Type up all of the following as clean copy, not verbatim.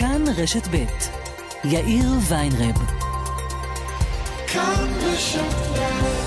כאן רשת ב' יאיר ויינרב. כאן רשת ב'.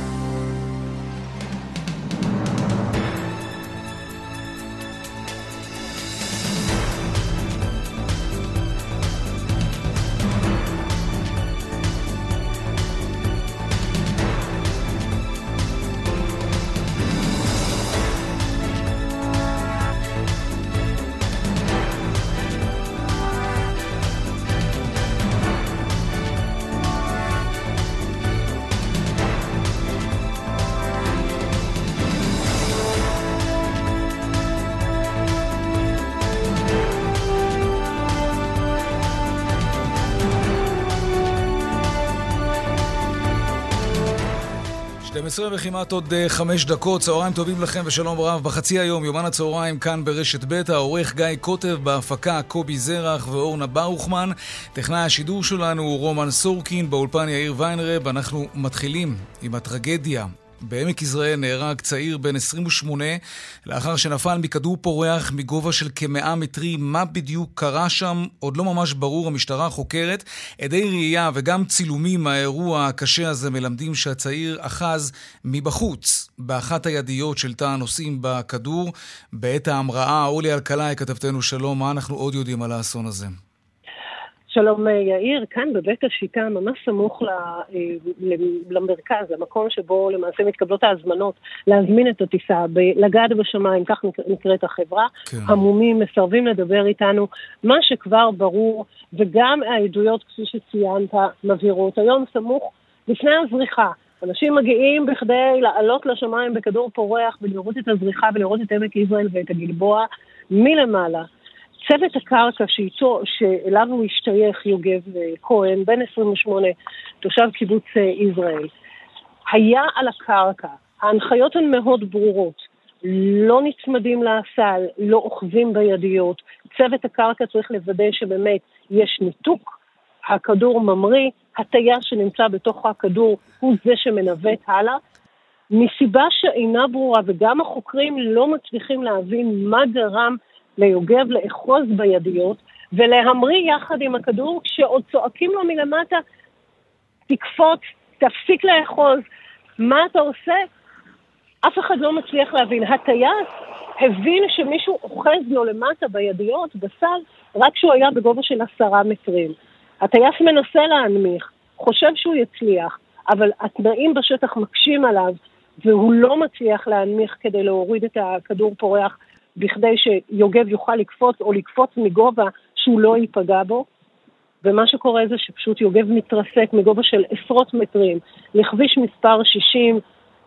וכמעט עוד 5 דקות, צהריים טובים לכם ושלום רב. בחצי היום, יומן הצהריים כאן ברשת ב', העורך גיא קוטב, בהפקה קובי זרח ואורנה ברוכמן, טכנאי השידור שלנו הוא רומן סורקין, באולפן יאיר ויינרב. אנחנו מתחילים עם הטרגדיה. בעמק יזרעאל נהרג צעיר בן 28 לאחר שנפל מכדור פורח מגובה של כ100 מטרים. מה בדיוק קרה שם עוד לא ממש ברור. המשטרה חוקרת. עדי ראייה וגם צילומים מהאירוע הקשה הזה מלמדים שהצעיר אחז מבחוץ באחת הידיות של תא הנוסעים בכדור בעת ההמראה. אורלי אלקלעי כתבתנו, שלום, מה אנחנו עוד יודעים על האסון הזה? שלום יאיר, כאן בבית השיטה, ממש סמוך למרכז, המקום שבו למעשה מתקבלות ההזמנות להזמין את הטיסה, לגעת בשמיים, כך נקראת החברה, כן. המומים מסרבים לדבר איתנו, מה שכבר ברור, וגם העדויות כפי שציינת מבהירות, היום סמוך לפני הזריחה, אנשים מגיעים בכדי לעלות לשמיים בכדור פורח ולראות את הזריחה ולראות את עמק יזרעאל ואת הגלבוע מלמעלה. צוות הקרקע שאליו הוא השתייך, יוגב כהן, בן 28, תושב קיבוץ יזרעאל, היה על הקרקע. ההנחיות הן מאוד ברורות. לא נצמדים לסל, לא אוחזים בידיות. צוות הקרקע צריך לוודא שבאמת יש ניתוק. הכדור ממריא, הטייס שנמצא בתוך הכדור הוא זה שמנווט הלאה. מסיבה שאינה ברורה, וגם החוקרים לא מצליחים להבין מה גרם ליוגב לאחוז בידיות ולהמריא יחד עם הכדור, כשעוד צועקים לו מלמטה, תקפוץ, תפסיק לאחוז, מה אתה עושה? אף אחד לא מצליח להבין. הטייס הבין שמישהו אוחז לו למטה בידיות, בסל, רק שהוא היה בגובה של 10 מטרים. הטייס מנסה להנמיך, חושב שהוא יצליח, אבל התנאים בשטח מקשים עליו, והוא לא מצליח להנמיך כדי להוריד את הכדור פורח, בכדי שיוגב יוכל לקפוץ או לקפוץ מגובה שהוא לא ייפגע בו. ומה שקורה זה שפשוט יוגב מתרסק מגובה של עשרות מטרים לכביש מספר 60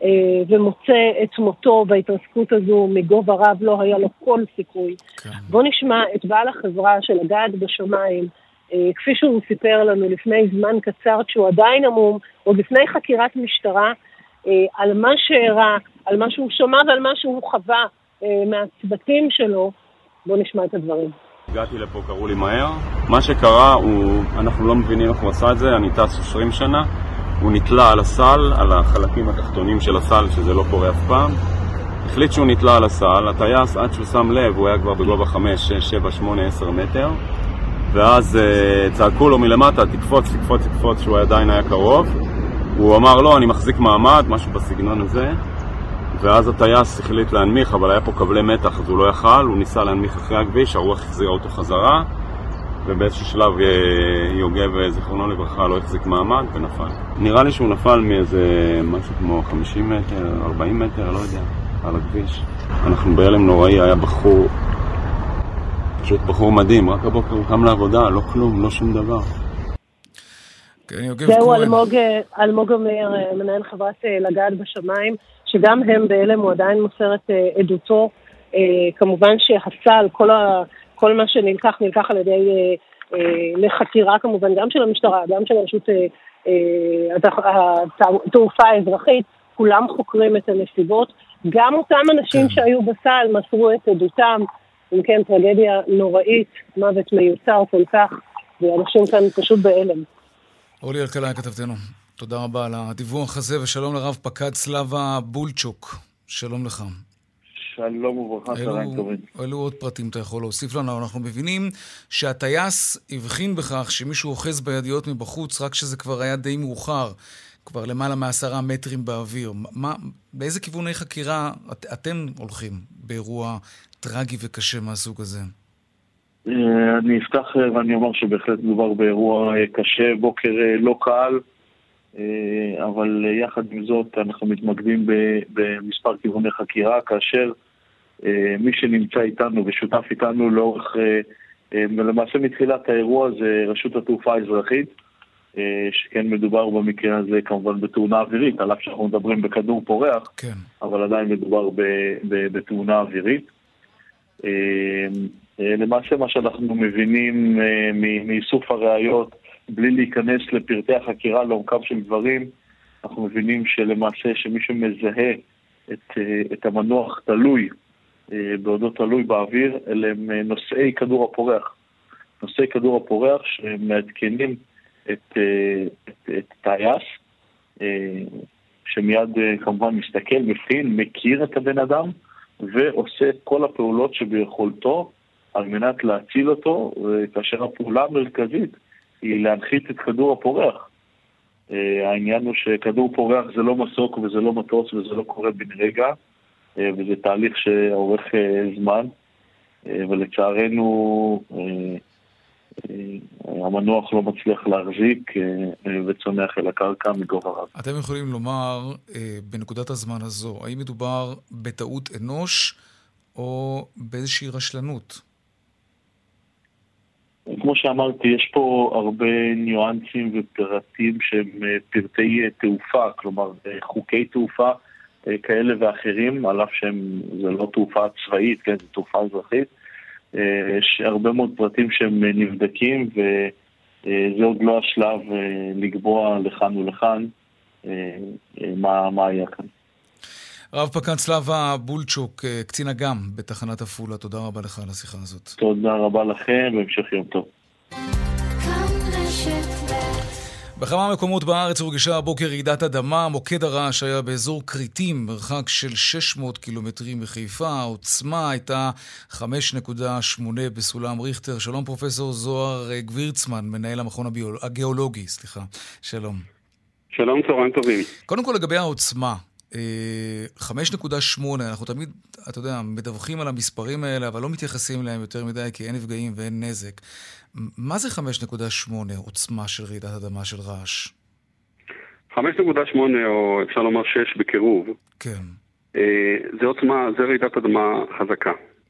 ומוצא את מותו בהתרסקות הזו מגובה רב. לא היה לו כל סיכוי. כן. בוא נשמע את בעל החברה של לגעת בשמיים, כפי שהוא סיפר לנו לפני זמן קצר, כשהוא עדיין עמום, עוד לפני חקירת משטרה, על מה שהראה, על מה שהוא שמע ועל מה שהוא חווה מהצוותים שלו. בוא נשמע את הדברים. הגעתי לפה, קראו לי מהר. מה שקרה אנחנו לא מבינים איך הוא עשה את זה. אני טס 20 שנה. הוא נתלה על הסל, על החלקים התחתונים של הסל, שזה לא קורה אף פעם. החליט שהוא נתלה על הסל. הטייס, עד שהוא שם לב, הוא היה כבר בגובה 5, 6, 7, 8, 10 מטר. ואז צעקו לו מלמטה, תקפוץ, תקפוץ, תקפוץ, שהוא עדיין היה קרוב. הוא אמר לו, אני מחזיק מעמד, משהו בסגנון הזה. ואז הטייס החליט להנמיך, אבל היה פה קבלי מתח, אז הוא לא יכל, הוא ניסה להנמיך אחרי הכביש, הרוח החזירה אותו חזרה, ובאיזשהו שלב יוגב, זיכרונו לברכה, לא החזיק מעמד ונפל. נראה לי שהוא נפל מאיזה משהו כמו 50 מטר, 40 מטר, לא יודע, על הכביש. אנחנו בהלם נוראי, היה בחור, פשוט בחור מדהים, רק הבוקר הוא קם לעבודה, לא כלום, לא שום דבר. זהו אלמוג אומר, מנהל חברת לגעת בשמיים, שגם הם בהלם, הוא עדיין מוסר את עדותו. כמובן שהסל, כל מה שנלקח על ידי לחקירה כמובן, גם של המשטרה, גם של רשות התעופה האזרחית, כולם חוקרים את הנסיבות. גם אותם אנשים שהיו בסל מסרו את עדותם. אם כן, טרגדיה נוראית, מוות מיותר כל כך, ואנשים כאן פשוט בהלם. אורלי אלקלעי כתבתנו, תודה רבה על הדיווח הזה, ושלום לרב פקד סלאבה בולצ'וק, שלום לך. שלום וברכה, צהריים טובים. אלו עוד פרטים אתה יכול להוסיף לנו. אנחנו מבינים שהטייס הבחין בכך שמישהו אוחז בידיות מבחוץ, רק שזה כבר היה די מאוחר, כבר למעלה מ10 מטרים באוויר. באיזה כיווני חקירה אתם הולכים באירוע טרגי וקשה מהסוג הזה? אני אפתח ואני אומר שבהחלט מדובר באירוע קשה, בוקר לא קל, אבל יחד עם זאת אנחנו מתמקדים במספר כיווני חקירה, כאשר מי שנמצא איתנו ושותף איתנו לאורך, למעשה מתחילת האירוע זה רשות התעופה האזרחית, שכן מדובר במקרה הזה כמובן בתאונה אווירית, על אף שאנחנו מדברים בכדור פורח, כן. אבל עדיין מדובר בתאונה אווירית. למעשה מה שאנחנו מבינים מאיסוף הראיות, בלי להיכנס לפרטי החקירה לעומקם של דברים, אנחנו מבינים שלמעשה שמישהו מזהה את המנוח תלוי, בעודו תלוי באוויר, אלה הם נושאי כדור הפורח. נושאי כדור הפורח שמעדכנים את טייס, שמיד כמובן מסתכל, מבחין, מכיר את הבן אדם, ועושה את כל הפעולות שביכולתו על מנת להציל אותו, וכאשר הפעולה המרכזית היא להנחית את כדור הפורח. העניין הוא שכדור פורח זה לא מסוק וזה לא מטוס וזה לא קורה בן רגע, וזה תהליך שאורך זמן, ולצערנו המנוח לא מצליח להחזיק וצונח אל הקרקע מגובה רב. אתם יכולים לומר בנקודת הזמן הזו, האם מדובר בטעות אנוש או באיזושהי רשלנות? כמו שאמרתי, יש פה הרבה ניואנסים ופרטים שהם פרטי תעופה, כלומר חוקי תעופה כאלה ואחרים, על אף שזה לא תעופה צבאית, כן, זה תעופה אזרחית. יש הרבה מאוד פרטים שהם נבדקים, וזה עוד לא השלב לקבוע לכאן ולכאן מה היה כאן. רב פקד סלאבה בולצ'וק, קצין אג"ם בתחנת עפולה, תודה רבה לך על השיחה הזאת. תודה רבה לכם, והמשך יום טוב. בכמה מקומות בארץ הורגשה הבוקר רעידת אדמה, מוקד הרעש היה באזור קריטים, מרחק של 600 קילומטרים מחיפה, העוצמה הייתה 5.8 בסולם ריכטר. שלום פרופסור זוהר גבירצמן, מנהל המכון הגיאולוגי, שלום. שלום, צהריים טובים. קודם כל לגבי העוצמה, 5.8, אנחנו תמיד, אתה יודע, מדווחים על המספרים האלה, אבל לא מתייחסים להם יותר מדי, כי אין נפגעים ואין נזק. מה זה 5.8 עוצמה של רעידת אדמה של רעש? 5.8, או אפשר לומר 6 בקירוב. כן. זה עוצמה, זה רעידת אדמה חזקה.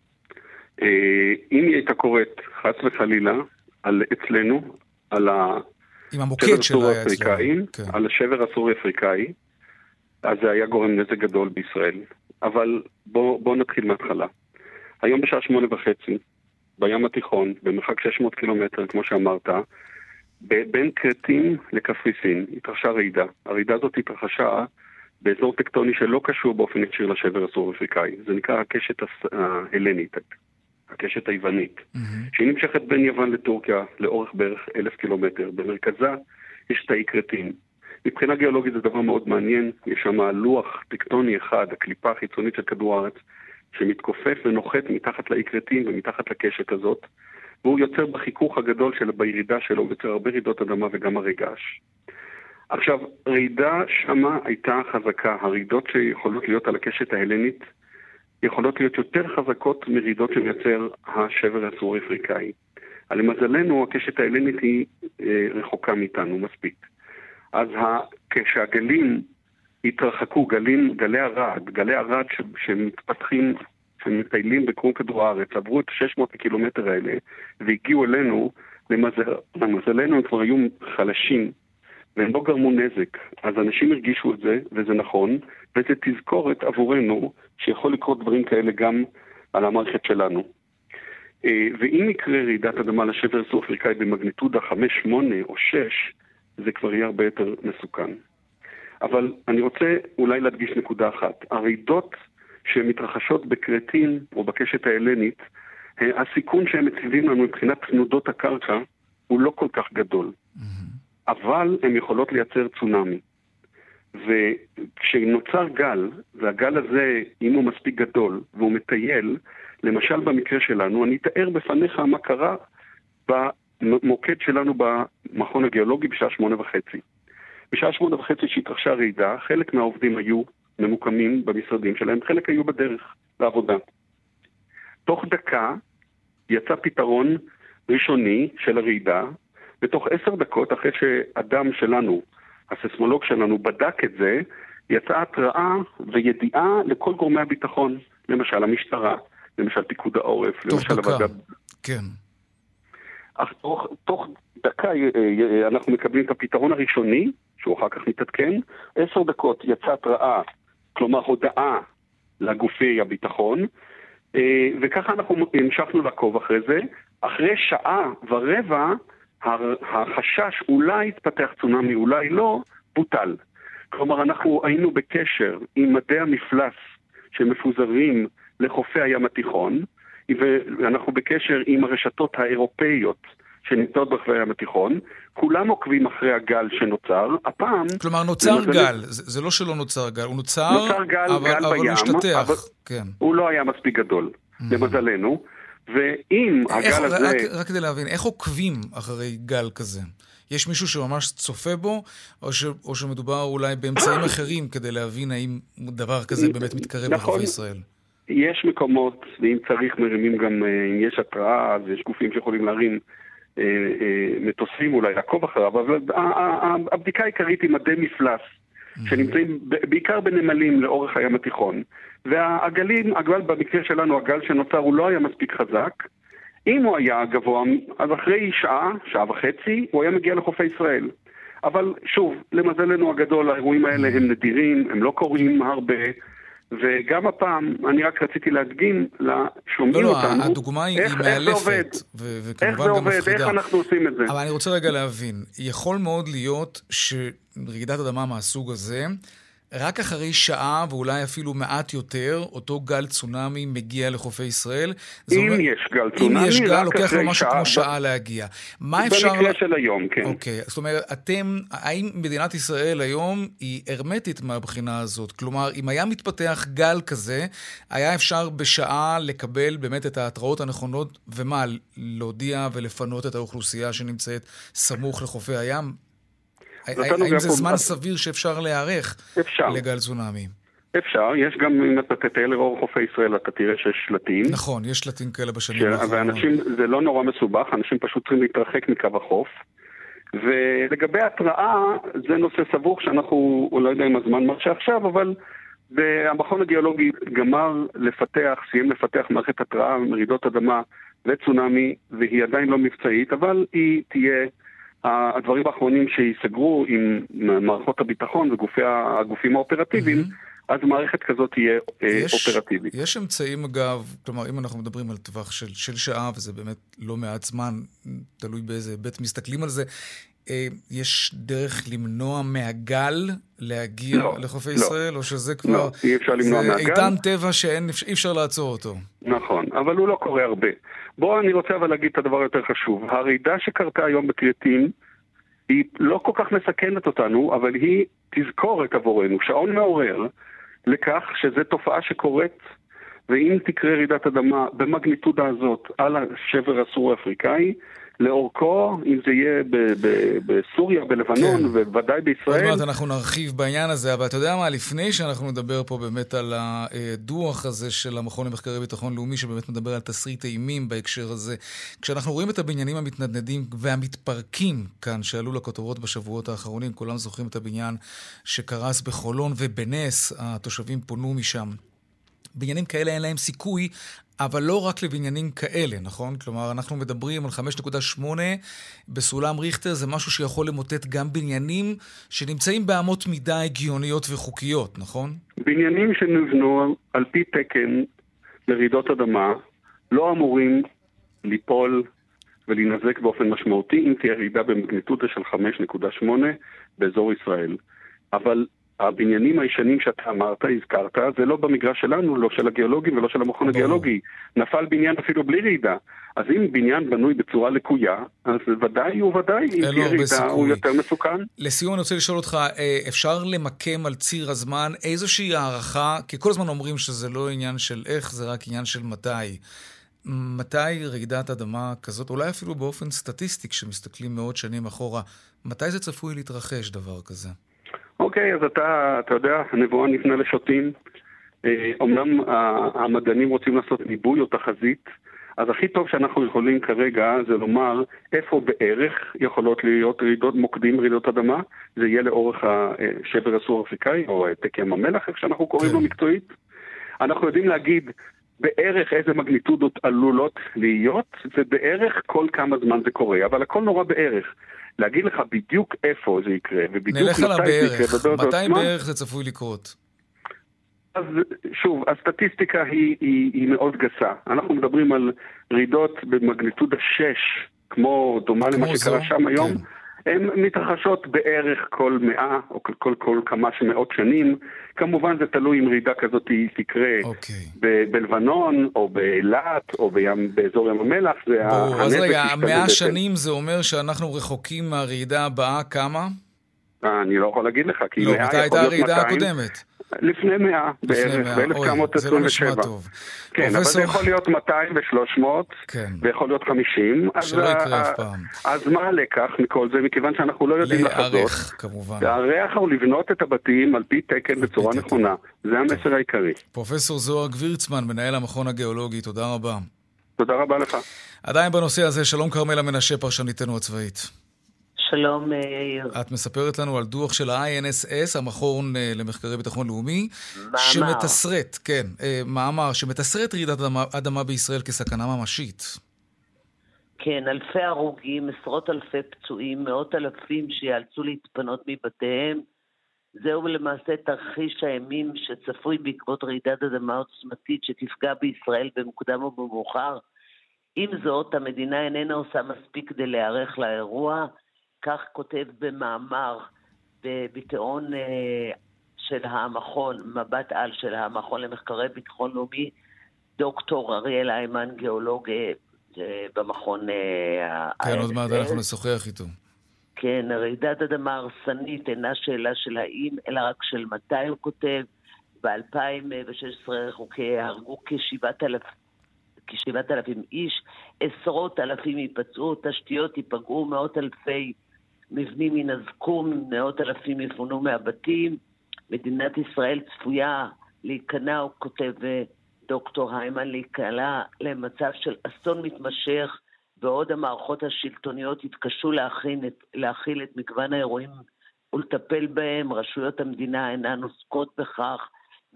אם היא הייתה קורית חס וחלילה על אצלנו, על השבר הסורי-אפריקאי, על השבר הסורי-אפריקאי, אז זה היה גורם נזק גדול בישראל. אבל בוא נתחיל מההתחלה. היום בשעה 8:30, בים התיכון, במרחק 600 קילומטר, כמו שאמרת, בין קרטים לקפריסין, התרחשה רעידה. הרעידה הזאת התרחשה באזור טקטוני שלא קשור באופן ישיר לשבר הסורי-אפריקאי. זה נקרא הקשת ההלנית, הקשת היוונית, שהיא נמשכת בין יוון לטורקיה לאורך בערך 1,000 קילומטר. במרכזה יש תאי קרטים. מבחינה גיאולוגית זה דבר מאוד מעניין, יש שם לוח טקטוני אחד, הקליפה החיצונית של כדור הארץ, שמתכופף ונוחת מתחת לאי קרטים ומתחת לקשת הזאת, והוא יוצר בחיכוך הגדול בירידה שלו, יוצר הרבה רעידות אדמה וגם הרגש. עכשיו, רעידה שמה הייתה חזקה, הרעידות שיכולות להיות על הקשת ההלנית, יכולות להיות יותר חזקות מרעידות שמייצר השבר הסורי-אפריקאי. על למזלנו, הקשת ההלנית היא רחוקה מאיתנו מספיק. אז כשהגלים התרחקו, גלי הרעד שמתפתחים, שמטיילים בקרום כדור הארץ, עברו את 600 הקילומטר האלה, והגיעו אלינו, למזלנו הם כבר היו חלשים, והם לא גרמו נזק. אז אנשים הרגישו את זה, וזה נכון, וזה תזכורת עבורנו, שיכול לקרות דברים כאלה גם על המערכת שלנו. ואם יקרה רעידת אדמה לשבר הסורי-אפריקאי במגניטודה 5, 8 או 6, זה כבר יהיה הרבה יותר מסוכן. אבל אני רוצה אולי להדגיש נקודה אחת. הרעידות שמתרחשות בקרטים או בקשת ההלנית, הסיכון שהם מציבים לנו מבחינת תנודות הקרקע הוא לא כל כך גדול. אבל הן יכולות לייצר צונאמי. וכשנוצר גל, והגל הזה, אם הוא מספיק גדול, והוא מטייל, למשל במקרה שלנו, אני אתאר בפניך מה קרה במוקד שלנו במכון הגיאולוגי בשעה 8:30. בשעה 8:30 שהתרחשה רעידה, חלק מהעובדים היו ממוקמים במשרדים שלהם, חלק היו בדרך לעבודה. תוך דקה יצא פתרון ראשוני של הרעידה, ותוך 10 דקות אחרי שאדם שלנו, הססמולוג שלנו, בדק את זה, יצאה התראה וידיעה לכל גורמי הביטחון, למשל המשטרה, למשל פיקוד העורף, למשל הוועדה. כן. אך תוך דקה אנחנו מקבלים את הפתרון הראשוני, שהוא אחר כך מתעדכן, 10 דקות יצאה התראה, כלומר הודעה לגופי הביטחון, וככה אנחנו המשכנו לעקוב אחרי זה. אחרי שעה ורבע, החשש אולי התפתח צונמי, אולי לא, בוטל. כלומר, אנחנו היינו בקשר עם מדי המפלס שמפוזרים לחופי הים התיכון, ואנחנו בקשר עם הרשתות האירופאיות שנמצאות ברחבי הים התיכון. כולם עוקבים אחרי הגל שנוצר. הפעם... כלומר, נוצר גל. זה לא שלא נוצר גל. הוא נוצר גל, אבל הוא השתתח. אבל כן. הוא לא היה מספיק גדול, למזלנו. ואם הגל הזה... רק כדי להבין, איך עוקבים אחרי גל כזה? יש מישהו שממש צופה בו, או שמדובר אולי באמצעים אחרים כדי להבין האם דבר כזה באמת מתקרב לחופי ישראל? יש מקומות, ואם צריך מרימים גם, אם יש התראה, אז יש גופים שיכולים להרים מטוסים אולי לעקוב אחריו, אבל הבדיקה העיקרית היא מדי מפלס, שנמצאים בעיקר בנמלים לאורך הים התיכון. והגלים, הגל במקרה שלנו, הגל שנוצר, הוא לא היה מספיק חזק. אם הוא היה גבוה, אז אחרי שעה וחצי, הוא היה מגיע לחופי ישראל. אבל שוב, למזלנו הגדול, האירועים האלה הם נדירים, הם לא קורים הרבה, וגם הפעם, אני רק רציתי להדגים לשומעים אותנו. לא, הדוגמה היא מאלפת, וכמובן גם מפחידה. איך אנחנו עושים את זה? אבל אני רוצה רגע להבין, יכול מאוד להיות שרעידת אדמה מהסוג הזה, רק אחרי שעה ואולי אפילו מעט יותר, אותו גל צונמי מגיע לחופי ישראל. אם יש גל צונמי, אם יש גל, לוקח לו משהו כמו שעה להגיע. במקרה של היום, כן. אוקיי, זאת אומרת, האם מדינת ישראל היום היא הרמטית מהבחינה הזאת? כלומר, אם היה מתפתח גל כזה, היה אפשר בשעה לקבל באמת את ההתראות הנכונות, ומה, להודיע ולפנות את האוכלוסייה שנמצאת סמוך לחופי הים? האם זה זמן סביר שאפשר להיערך לגל צונאמי? אפשר, יש גם, אם אתה תטייל לאור חופי ישראל, אתה תראה שיש שלטים. נכון, יש שלטים כאלה בשנים האחרונות. ואנשים, זה לא נורא מסובך, אנשים פשוט צריכים להתרחק מקו החוף. ולגבי התראה, זה נושא סבוך שאנחנו, לא יודע אם הזמן מרשה עכשיו, אבל המכון הגיאולוגי סיים לפתח מערכת התראה, מרעידות אדמה וצונאמי, והיא עדיין לא מבצעית, אבל היא תהיה... הדברים האחרונים שיסגרו עם מערכות הביטחון והגופים האופרטיביים, אז מערכת כזאת תהיה אופרטיבית. יש אמצעים אגב, כלומר אם אנחנו מדברים על טווח של שעה, וזה באמת לא מעט זמן, תלוי באיזה בית מסתכלים על זה, יש דרך למנוע מהגל להגיע לחופי ישראל, או שזה כבר... לא, אי אפשר למנוע מהגל. זה איתן טבע שאי אפשר לעצור אותו. נכון, אבל הוא לא קורה הרבה. אני רוצה אבל להגיד את הדבר יותר חשוב. הרעידה שקרתה היום בקריטים, היא לא כל כך מסכנת אותנו, אבל היא תזכורת עבורנו, שעון מעורר, לכך שזו תופעה שקורית, ואם תקרה רעידת אדמה במגניטודה הזאת על השבר הסורי-אפריקאי, לאורכו, אם זה יהיה בסוריה, בלבנון, ובוודאי בישראל. עוד מעט אנחנו נרחיב בעניין הזה, אבל אתה יודע מה, לפני שאנחנו נדבר פה באמת על הדוח הזה של המכון למחקרי ביטחון לאומי, שבאמת מדבר על תסריט אימים בהקשר הזה, כשאנחנו רואים את הבניינים המתנדנדים והמתפרקים כאן, שעלו לכותרות בשבועות האחרונים, כולם זוכרים את הבניין שקרס בחולון, ובנס התושבים פונו משם. בניינים כאלה אין להם סיכוי, אבל לא רק לבניינים כאלה, נכון? כלומר, אנחנו מדברים על 5.8 בסולם ריכטר, זה משהו שיכול למוטט גם בניינים שנמצאים באמות מידה הגיוניות וחוקיות, נכון? בניינים שנבנו על פי תקן לרעידות אדמה, לא אמורים ליפול ולהינזק באופן משמעותי, אם תהיה רעידה במגניטודה של 5.8 באזור ישראל. אבל הבניינים הישנים שאתה אמרת, הזכרת, זה לא במגרש שלנו, לא של הגיאולוגים ולא של המכון הגיאולוגי. נפל בניין אפילו בלי רעידה. אז אם בניין בנוי בצורה לקויה, אז ודאי וודאי, אם תהיה רעידה הוא יותר מסוכן. לסיום אני רוצה לשאול אותך, אפשר למקם על ציר הזמן איזושהי הערכה, כי כל הזמן אומרים שזה לא עניין של איך, זה רק עניין של מתי. מתי רעידת אדמה כזאת, אולי אפילו באופן סטטיסטי, כשמסתכלים מאות שנים אחורה, מתי זה צפוי להתרחש דבר כזה? אוקיי, אז אתה יודע, הנבואה נפנה לשוטים. אומנם המדענים רוצים לעשות ניבוי או תחזית, אז הכי טוב שאנחנו יכולים כרגע זה לומר איפה בערך יכולות להיות רעידות מוקדים, רעידות אדמה. זה יהיה לאורך השבר הסורי-אפריקאי, או העתק ים המלח, איך שאנחנו קוראים לו מקצועית. אנחנו יודעים להגיד בערך איזה מגניטודות עלולות להיות, זה בערך כל כמה זמן זה קורה, אבל הכל נורא בערך. להגיד לך בדיוק איפה זה יקרה, ובדיוק מתי זה יקרה. מתי בערך זה צפוי לקרות? אז שוב, הסטטיסטיקה היא מאוד גסה. אנחנו מדברים על רעידות במגניטודה 6, כמו דומה למה שקרה שם היום. הן מתרחשות בערך כל 100 או כל כמה מאות שנים. כמובן זה תלוי אם רעידה כזאת תקרה בלבנון או באילת או באזור ים המלח. אז רגע, 100 שנים זה אומר שאנחנו רחוקים מהרעידה הבאה כמה? אני לא יכול להגיד לך, כי לא, מתי הייתה הרעידה הקודמת? לפני 100 בערך, ב-1927. זה לא נשמע טוב. כן, אבל זה יכול להיות 200 ו-300, ויכול להיות 50. שלא יקרה אף פעם. אז מה הלקח מכל זה? מכיוון שאנחנו לא יודעים לחזות. להערך, כמובן. להערך הוא לבנות את הבתים על פי תקן בצורה נכונה. זה המסר העיקרי. פרופסור זוהר גבירצמן, מנהל המכון הגיאולוגי, תודה רבה. תודה רבה לך. עדיין בנושא הזה, שלום כרמלה מנשה, פרשניתנו הצבאית. שלום יאיר. את מספרת לנו על דוח של ה-INSS, המכון למחקרי ביטחון לאומי, שמתסרט, כן, מאמר, שמתסרט רעידת אדמה בישראל כסכנה ממשית. כן, אלפי הרוגים, עשרות אלפי פצועים, מאות אלפים שיאלצו להתפנות מבתיהם. זהו למעשה תרחיש הימים שצפוי בעקבות רעידת אדמה עוצמתית שתפגע בישראל במוקדם או במאוחר. עם זאת, המדינה איננה עושה מספיק כדי להיערך לאירוע, כך כותב במאמר בביטאון של המכון, מבט על של המכון למחקרי ביטחון לאומי, דוקטור אריאל היימן, גיאולוג במכון כן, עוד מעט אנחנו נשוחח איתו. כן, רעידת אדמה הרסנית אינה שאלה של האם, אלא רק של מתי, הוא כותב. ב-2016 הרגו כ-7,000 איש, עשרות אלפים ייפצעו, תשתיות ייפגעו, מאות אלפי מבנים ינזקו, מאות אלפים יפונו מהבתים. מדינת ישראל צפויה להיכנע, הוא כותב דוקטור היימן, להיקלע למצב של אסון מתמשך, בעוד המערכות השלטוניות יתקשו להכיל את מגוון האירועים ולטפל בהם. רשויות המדינה אינן עוסקות בכך.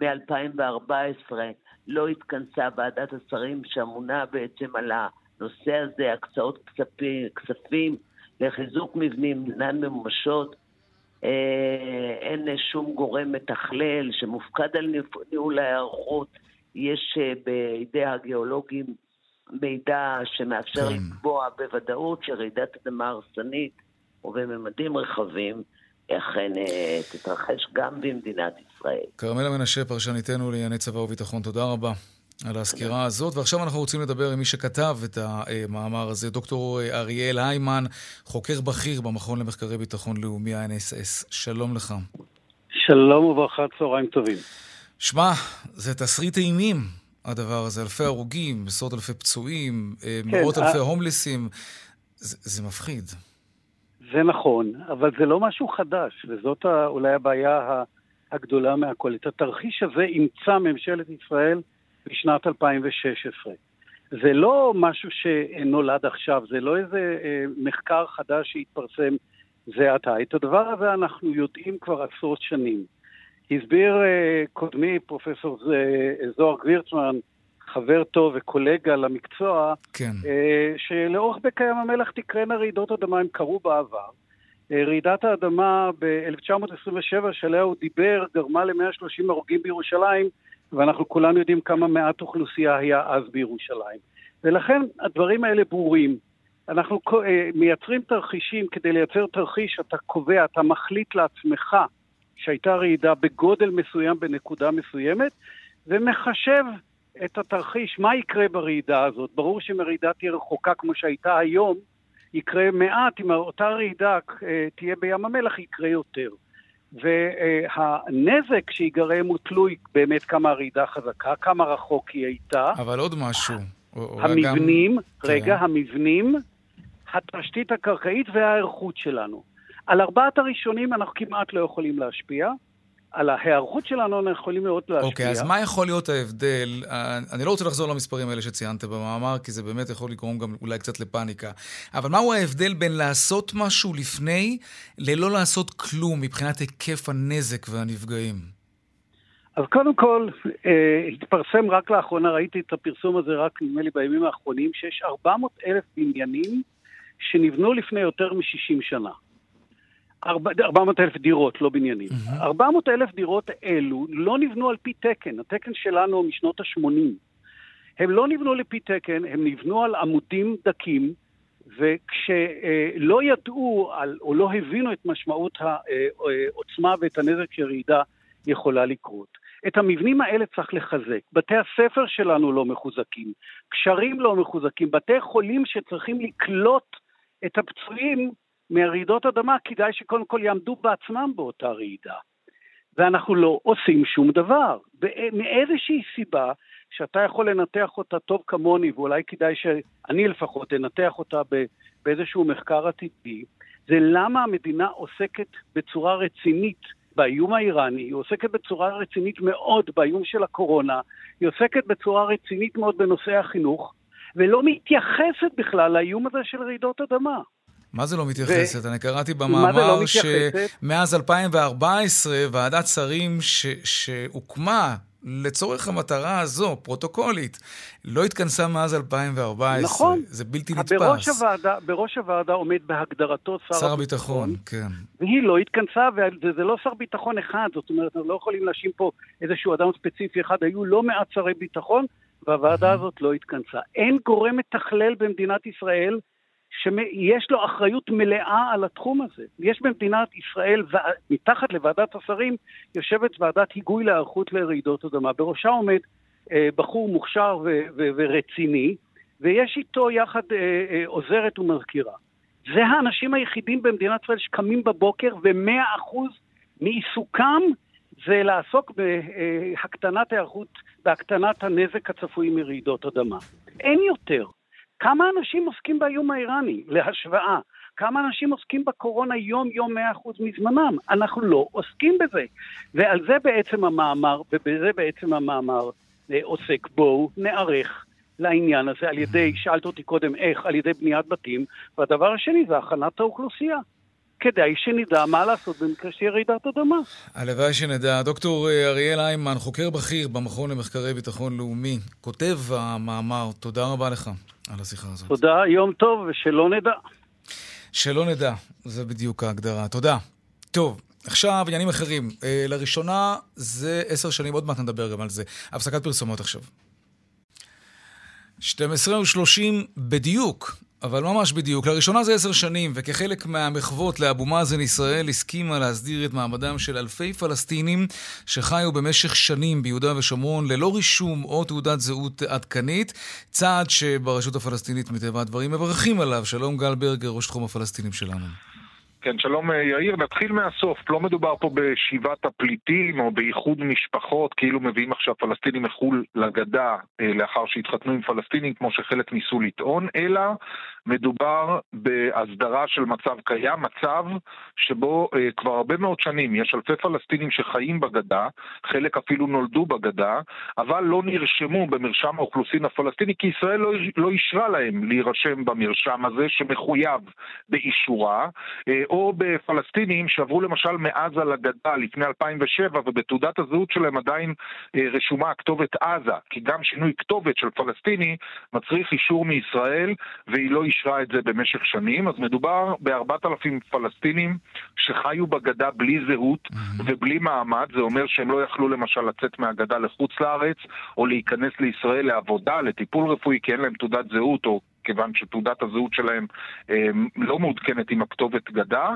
מ-2014 לא התכנסה ועדת השרים שאמונה בעצם על הנושא הזה, הקצאות כספים לחיזוק מבנים אינן ממומשות. אין שום גורם מתכלל שמופקד על ניהול ההיערכות. יש בידי הגיאולוגים מידע שמאפשר לקבוע בוודאות שרעידת אדמה הרסנית ובממדים רחבים אכן תתרחש גם במדינת ישראל. כרמלה מנשה, פרשניתנו לענייני צבא וביטחון, תודה רבה על הסקירה הזאת. ועכשיו אנחנו רוצים לדבר עם מי שכתב את המאמר הזה, דוקטור אריאל היימן, חוקר בכיר במכון למחקרי ביטחון לאומי ה-INSS. שלום לך. שלום וברכה, צהריים טובים. שמע, זה תסריט אימים. הדבר הזה, אלפי הרוגים, עשרות אלפי פצועים, מאות אלפי הומלסים, זה מפחיד. זה נכון, אבל זה לא משהו חדש, וזאת אולי הבעיה הגדולה מהכל. את התרחיש הזה אימצה ממשלת ישראל בשנת 2016. זה לא משהו שנולד עכשיו, זה לא איזה מחקר חדש שהתפרסם זה עתה. את הדבר הזה אנחנו יודעים כבר עשרות שנים. הסביר קודמי, פרופסור זוהר גבירצמן, חבר טוב וקולגה למקצוע, כן. שלאורך בקע ים המלח תקרנה רעידות אדמה, הם קרו בעבר. רעידת האדמה ב-1927 שעליה הוא דיבר, גרמה ל-130 הרוגים בירושלים, ואנחנו כולנו יודעים כמה מעט אוכלוסייה היה אז בירושלים. ולכן הדברים האלה ברורים. אנחנו מייצרים תרחישים, כדי לייצר תרחיש אתה קובע, אתה מחליט לעצמך, שהייתה רעידה בגודל מסוים בנקודה מסוימת, ומחשב את התרחיש, מה יקרה ברעידה הזאת. ברור שאם הרעידה תהיה רחוקה כמו שהייתה היום, יקרה מעט, אם אותה רעידה תהיה בים המלח, יקרה יותר. והנזק שיגרם הוא תלוי באמת כמה הרעידה חזקה, כמה רחוק היא הייתה. אבל עוד משהו. המבנים, המבנים, התשתית הקרקעית וההיערכות שלנו. על 4 הראשונים אנחנו כמעט לא יכולים להשפיע, על ההיערכות שלנו אנחנו יכולים מאוד להשפיע. אוקיי, אז מה יכול להיות ההבדל? אני לא רוצה לחזור למספרים האלה שציינת במאמר, כי זה באמת יכול לגרום גם אולי קצת לפאניקה. אבל מהו ההבדל בין לעשות משהו לפני, ללא לעשות כלום מבחינת היקף הנזק והנפגעים? אז קודם כל, התפרסם רק לאחרונה, ראיתי את הפרסום הזה רק נדמה לי בימים האחרונים, שיש 400,000 בניינים שנבנו לפני יותר מ-60 שנה. 400,000 דירות, לא בניינים. 400,000 דירות אלו לא נבנו על פי תקן. התקן שלנו משנות ה-80. הם לא נבנו לפי תקן, הם נבנו על עמודים דקים, וכשלא ידעו או לא הבינו את משמעות העוצמה ואת הנזק שרעידה יכולה לקרות. את המבנים האלה צריך לחזק. בתי הספר שלנו לא מחוזקים, קשרים לא מחוזקים, בתי חולים שצריכים לקלוט את הפצועים מהרעידות אדמה, כדאי שקודם כל יעמדו בעצמם באותה רעידה. ואנחנו לא עושים שום דבר. מאיזושהי סיבה שאתה יכול לנתח אותה טוב כמוני, ואולי כדאי שאני לפחות אנתח אותה באיזשהו מחקר עתידי, זה למה המדינה עוסקת בצורה רצינית באיום האיראני, היא עוסקת בצורה רצינית מאוד באיום של הקורונה, היא עוסקת בצורה רצינית מאוד בנושא החינוך, ולא מתייחסת בכלל לאיום הזה של רעידות אדמה. מה זה לא מתייחסת? אני קראתי במאמר שמאז 2014 ועדת שרים שהוקמה לצורך המטרה הזו, פרוטוקולית, לא התכנסה מאז 2014. נכון. זה בלתי נתפס. בראש הוועדה עומד בהגדרתו שר הביטחון, כן. והיא לא התכנסה, וזה לא שר ביטחון אחד, זאת אומרת, אנחנו לא יכולים להאשים פה איזשהו אדם ספציפי אחד, היו לא מעט שרי ביטחון, והוועדה הזאת לא התכנסה. אין גורם מתכלל במדינת ישראל, שיש לו אחריות מלאה על התחום הזה. יש במדינת ישראל, מתחת לוועדת השרים, יושבת ועדת היגוי להיערכות לרעידות אדמה. בראשה עומד בחור מוכשר ורציני, ויש איתו יחד עוזרת ומזכירה. זה האנשים היחידים במדינת ישראל שקמים בבוקר, ו100% מעיסוקם זה לעסוק בהקטנת ההיערכות, בהקטנת הנזק הצפוי מרעידות אדמה. אין יותר. כמה אנשים עוסקים באיום האיראני, להשוואה? כמה אנשים עוסקים בקורונה יום 100% מזמנם? אנחנו לא עוסקים בזה. ועל זה בעצם המאמר, ובזה בעצם המאמר עוסק. בואו נערך לעניין הזה על ידי, שאלת אותי קודם איך, על ידי בניית בתים, והדבר השני זה הכנת האוכלוסייה. כדאי שנדע מה לעשות במקרה של רעידת אדמה. הלוואי שנדע. דוקטור אריאל היימן, חוקר בכיר במכון למחקרי ביטחון לאומי, כותב המאמר. תודה רבה לך על השיחה הזאת. תודה, יום טוב ושלא נדע. שלא נדע, זה בדיוק ההגדרה. תודה. טוב, עכשיו עניינים אחרים. לראשונה זה 10 שנים, עוד מעט נדבר גם על זה. הפסקת פרסומות עכשיו. 12:30 בדיוק. אבל ממש בדיוק. לראשונה זה 10 שנים, וכחלק מהמחוות לאבו מאזן ישראל הסכימה להסדיר את מעמדם של אלפי פלסטינים שחיו במשך שנים ביהודה ושומרון ללא רישום או תעודת זהות עדכנית, צעד שברשות הפלסטינית מטבע הדברים מברכים עליו. שלום גל ברגר, ראש תחום הפלסטינים שלנו. כן, שלום יאיר, נתחיל מהסוף. לא מדובר פה בשיבת הפליטים או באיחוד משפחות, כאילו מביאים עכשיו פלסטינים מחול לגדה לאחר שהתחתנו עם פלסטינים, כמו שחלק ניסו לטעון, אלא מדובר בהסדרה של מצב קיים, מצב שבו כבר הרבה מאוד שנים יש אלפי פלסטינים שחיים בגדה, חלק אפילו נולדו בגדה, אבל לא נרשמו במרשם האוכלוסין הפלסטיני, כי ישראל לא אישרה להם להירשם במרשם הזה שמחויב באישורה, או בפלסטינים שעברו למשל מעזה לגדה לפני 2007, ובתעודת הזהות שלהם עדיין רשומה הכתובת עזה, כי גם שינוי כתובת של פלסטיני מצריך אישור מישראל, והיא לא אישרה את זה במשך שנים. אז מדובר ב4,000 פלסטינים שחיו בגדה בלי זהות ובלי מעמד. זה אומר שהם לא יכלו למשל לצאת מהגדה לחוץ לארץ, או להיכנס לישראל לעבודה, לטיפול רפואי, כי אין להם תעודת זהות, או כיוון שתעודת הזהות שלהם לא מעודכנת עם הכתובת גדה,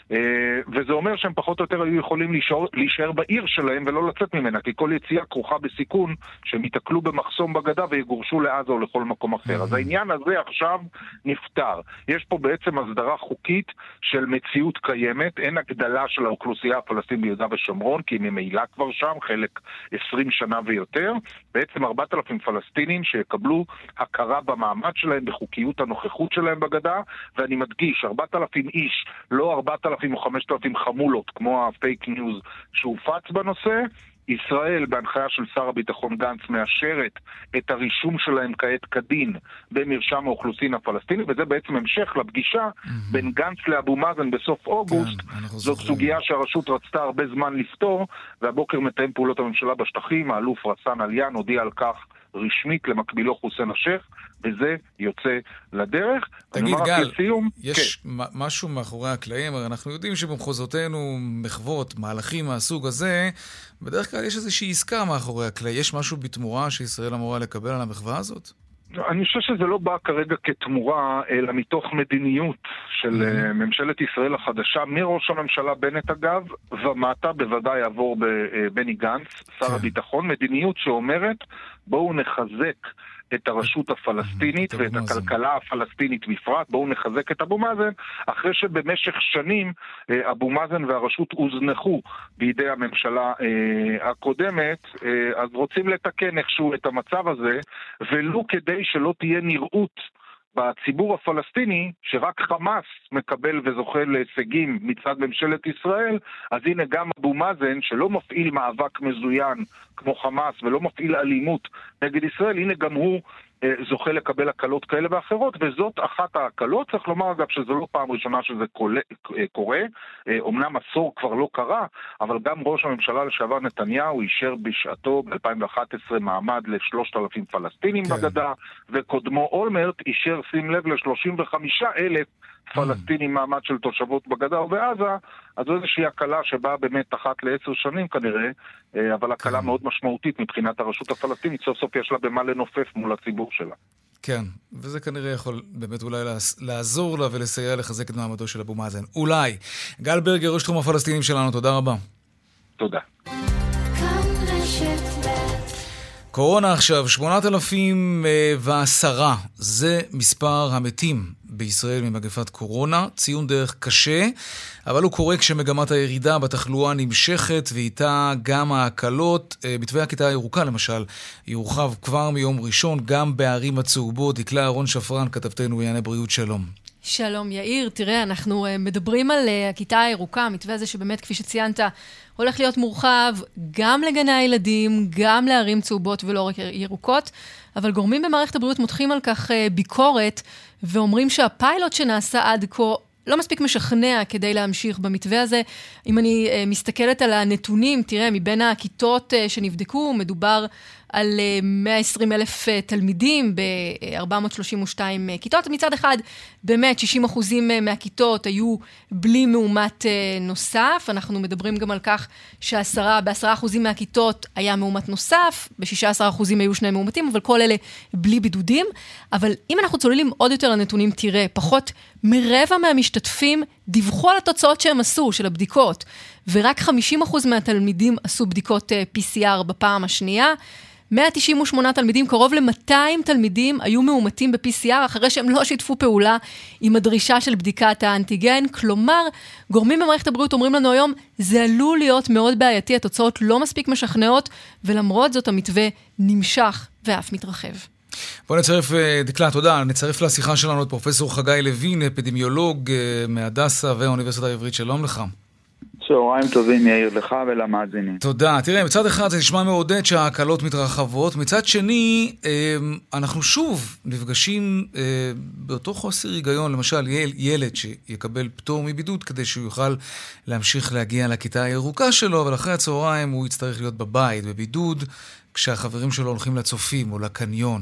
וזה אומר שהם פחות או יותר היו יכולים להישאר בעיר שלהם ולא לצאת ממנה, כי כל יציאה כרוכה בסיכון שהם יתקלו במחסום בגדה ויגורשו לעזה או לכל מקום אחר. אז העניין הזה עכשיו נפטר. יש פה בעצם הסדרה חוקית של מציאות קיימת, אין הגדלה של האוכלוסייה הפלסטינית ביהודה ושומרון, כי ממילא כבר שם, חלק 20 שנה ויותר, בעצם 4,000 פלסטינים שיקבלו הכרה במעמד שלהם, בחוקיות הנוכחות שלהם בגדה, ואני מדגיש, 4,000 איש, לא 4,000 או 5,000 חמולות, כמו הפייק ניוז שהופץ בנושא. ישראל, בהנחיה של שר הביטחון גנץ, מאשרת את הרישום שלהם כעת כדין במרשם האוכלוסין הפלסטיני, וזה בעצם המשך לפגישה בין גנץ לאבו מאזן בסוף אוגוסט. זאת סוגיה שהרשות רצתה הרבה זמן לפתור, והבוקר מתאם פעולות הממשלה בשטחים, האלוף רסן עליאן הודיע על כך רשמית למקבילו חוסן השייח, וזה יוצא לדרך. תגיד גל, יש משהו מאחורי הקלעים, הרי אנחנו יודעים שבמחוזותינו מחוות, מהלכים מהסוג הזה, בדרך כלל יש איזושהי עסקה מאחורי הקלעים. יש משהו בתמורה שישראל אמורה לקבל על המחווה הזאת? אני חושב שזה לא בא כרגע כתמורה, אלא מתוך מדיניות של ממשלת ישראל החדשה, מראש הממשלה בנט אגב, ומטה בוודאי יעבור בני גנץ, שר הביטחון, מדיניות שאומרת בואו נחזק את הרשות הפלסטינית ואת הכלכלה הפלסטינית בפרט, בואו נחזק את אבו מאזן, אחרי שבמשך שנים אבו מאזן והרשות הוזנחו בידי הממשלה הקודמת, אז רוצים לתקן איכשהו את המצב הזה, ולו כדי שלא תהיה נראות בציבור הפלסטיני שרק חמאס מקבל וזוכה להישגים מצד ממשלת ישראל, אז הנה גם אבו מאזן שלא מפעיל מאבק מזוין כמו חמאס ולא מפעיל אלימות נגד ישראל, הנה גם הוא זוכה לקבל הקלות כאלה ואחרות, וזאת אחת ההקלות. צריך לומר אגב שזו לא פעם ראשונה שזה קורה, אמנם עשור כבר לא קרה, אבל גם ראש הממשלה לשעבר נתניהו אישר בשעתו ב-2011 מעמד ל3,000 פלסטינים בגדה, וקודמו אולמרט אישר, שים לב, ל35,000 פלסטינים מעמד של תושבות בגדה ובעזה. אז זו איזושהי הקלה שבאה באמת אחת ל10 שנים כנראה, אבל הקלה מאוד משמעותית מבחינת הרשות הפלסטינית, סוף סוף יש לה במה לנופף מול הציבור שלה. כן, וזה כנראה יכול באמת אולי לעזור לה ולסייע לחזק את מעמדו של אבו מאזן. אולי. גל ברגר, ראש תחום הפלסטינים שלנו, תודה רבה. תודה. קורונה עכשיו, 8,010, זה מספר המתים בישראל ממגפת קורונה, ציון דרך קשה, אבל הוא קורה כשמגמת הירידה בתחלואה נמשכת, ואיתה גם ההקלות. מתווה הכיתה הירוקה למשל, יורחב כבר מיום ראשון, גם בערים הצהובות. דקלה אהרון שפרן, כתבתנו בענייני בריאות, שלום. שלום יאיר, תראה, אנחנו מדברים על הכיתה הירוקה, המתווה הזה שבאמת, כפי שציינת, הולך להיות מורחב גם לגני הילדים, גם לערים צהובות ולא רק ירוקות, אבל גורמים במערכת הבריאות מותחים על כך ביקורת, ואומרים שהפיילוט שנעשה עד כה לא מספיק משכנע כדי להמשיך במתווה הזה. אם אני מסתכלת על הנתונים, תראה, מבין הכיתות שנבדקו, מדובר על 120,000 תלמידים ב-432 כיתות. מצד אחד, באמת 60% מהכיתות היו בלי מאומת נוסף. אנחנו מדברים גם על כך ב10% מהכיתות היה מאומת נוסף, ב16% היו 2 מאומתים, אבל כל אלה בלי בידודים. אבל אם אנחנו צוללים עוד יותר לנתונים, תראה, פחות מרבע מהמשתתפים דיווחו על התוצאות שהם עשו, של הבדיקות, ורק 50% מהתלמידים עשו בדיקות PCR בפעם השנייה. 198 תלמידים, קרוב ל200 תלמידים היו מאומתים ב-PCR, אחרי שהם לא שיתפו פעולה עם הדרישה של בדיקת האנטיגן. כלומר, גורמים במערכת הבריאות אומרים לנו היום, זה עלול להיות מאוד בעייתי, התוצאות לא מספיק משכנעות, ולמרות זאת המתווה נמשך ואף מתרחב. בוא נצרף, דקלה, תודה, נצרף לשיחה שלנו את פרופסור חגי לוין, אפידמיולוג מהדסה והאוניברסיטה העברית. שלום לך. צהריים טובים, יאיר, לך ולמאזינים. תודה. תראה, מצד אחד זה נשמע מעודד שההקלות מתרחבות, מצד שני, אנחנו שוב נפגשים באותו חוסר היגיון, למשל ילד שיקבל פטור מבידוד כדי שהוא יוכל להמשיך להגיע לכיתה הירוקה שלו, אבל אחרי הצהריים הוא יצטרך להיות בבית, בבידוד, כשהחברים שלו הולכים לצופים או לקניון.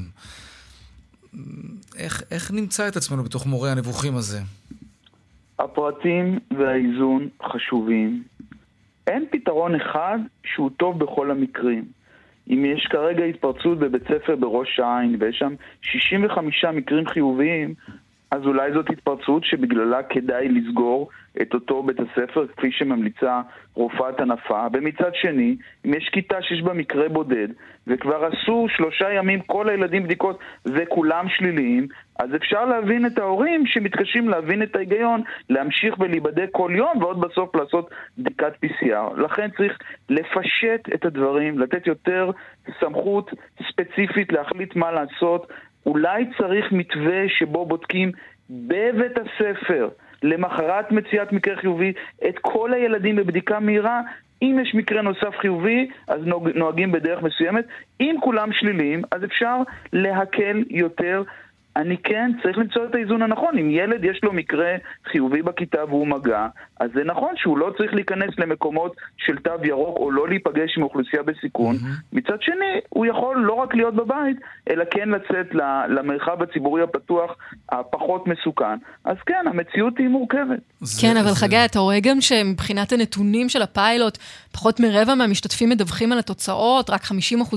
איך נמצא את עצמנו בתוך מורה הנבוכים הזה? הפרטים והאיזון חשובים. אין פתרון אחד שהוא טוב בכל המקרים. אם יש כרגע התפרצות בבית ספר בראש העין, ויש שם 65 מקרים חיוביים, אז אולי זאת התפרצות שבגללה כדאי לסגור את אותו בית הספר, כפי שממליצה רופאת הנפה. ומצד שני, אם יש כיתה שיש בה מקרה בודד, וכבר עשו 3 ימים כל הילדים בדיקות וכולם שליליים, אז אפשר להבין את ההורים שמתקשים להבין את ההיגיון, להמשיך ולהיבדק כל יום, ועוד בסוף לעשות בדיקת PCR. לכן צריך לפשט את הדברים, לתת יותר סמכות ספציפית להחליט מה לעשות. אולי צריך מתווה שבו בודקים בבית הספר, למחרת מציאת מקרה חיובי, את כל הילדים בבדיקה מהירה. אם יש מקרה נוסף חיובי, אז נוהגים בדרך מסוימת. אם כולם שליליים, אז אפשר להקל יותר. אני כן צריך למצוא את האיזון הנכון. אם ילד יש לו מקרה חיובי בכיתה והוא מגע, אז זה נכון שהוא לא צריך להיכנס למקומות של תו ירוק או לא להיפגש עם אוכלוסייה בסיכון. מצד שני, הוא יכול לא רק להיות בבית, אלא כן לצאת למרחב הציבורי הפתוח הפחות מסוכן. אז כן, המציאות היא מורכבת. כן, אבל חגי, אתה רואה גם שמבחינת הנתונים של הפיילוט, פחות מרבע מהמשתתפים מדווחים על התוצאות, רק 50%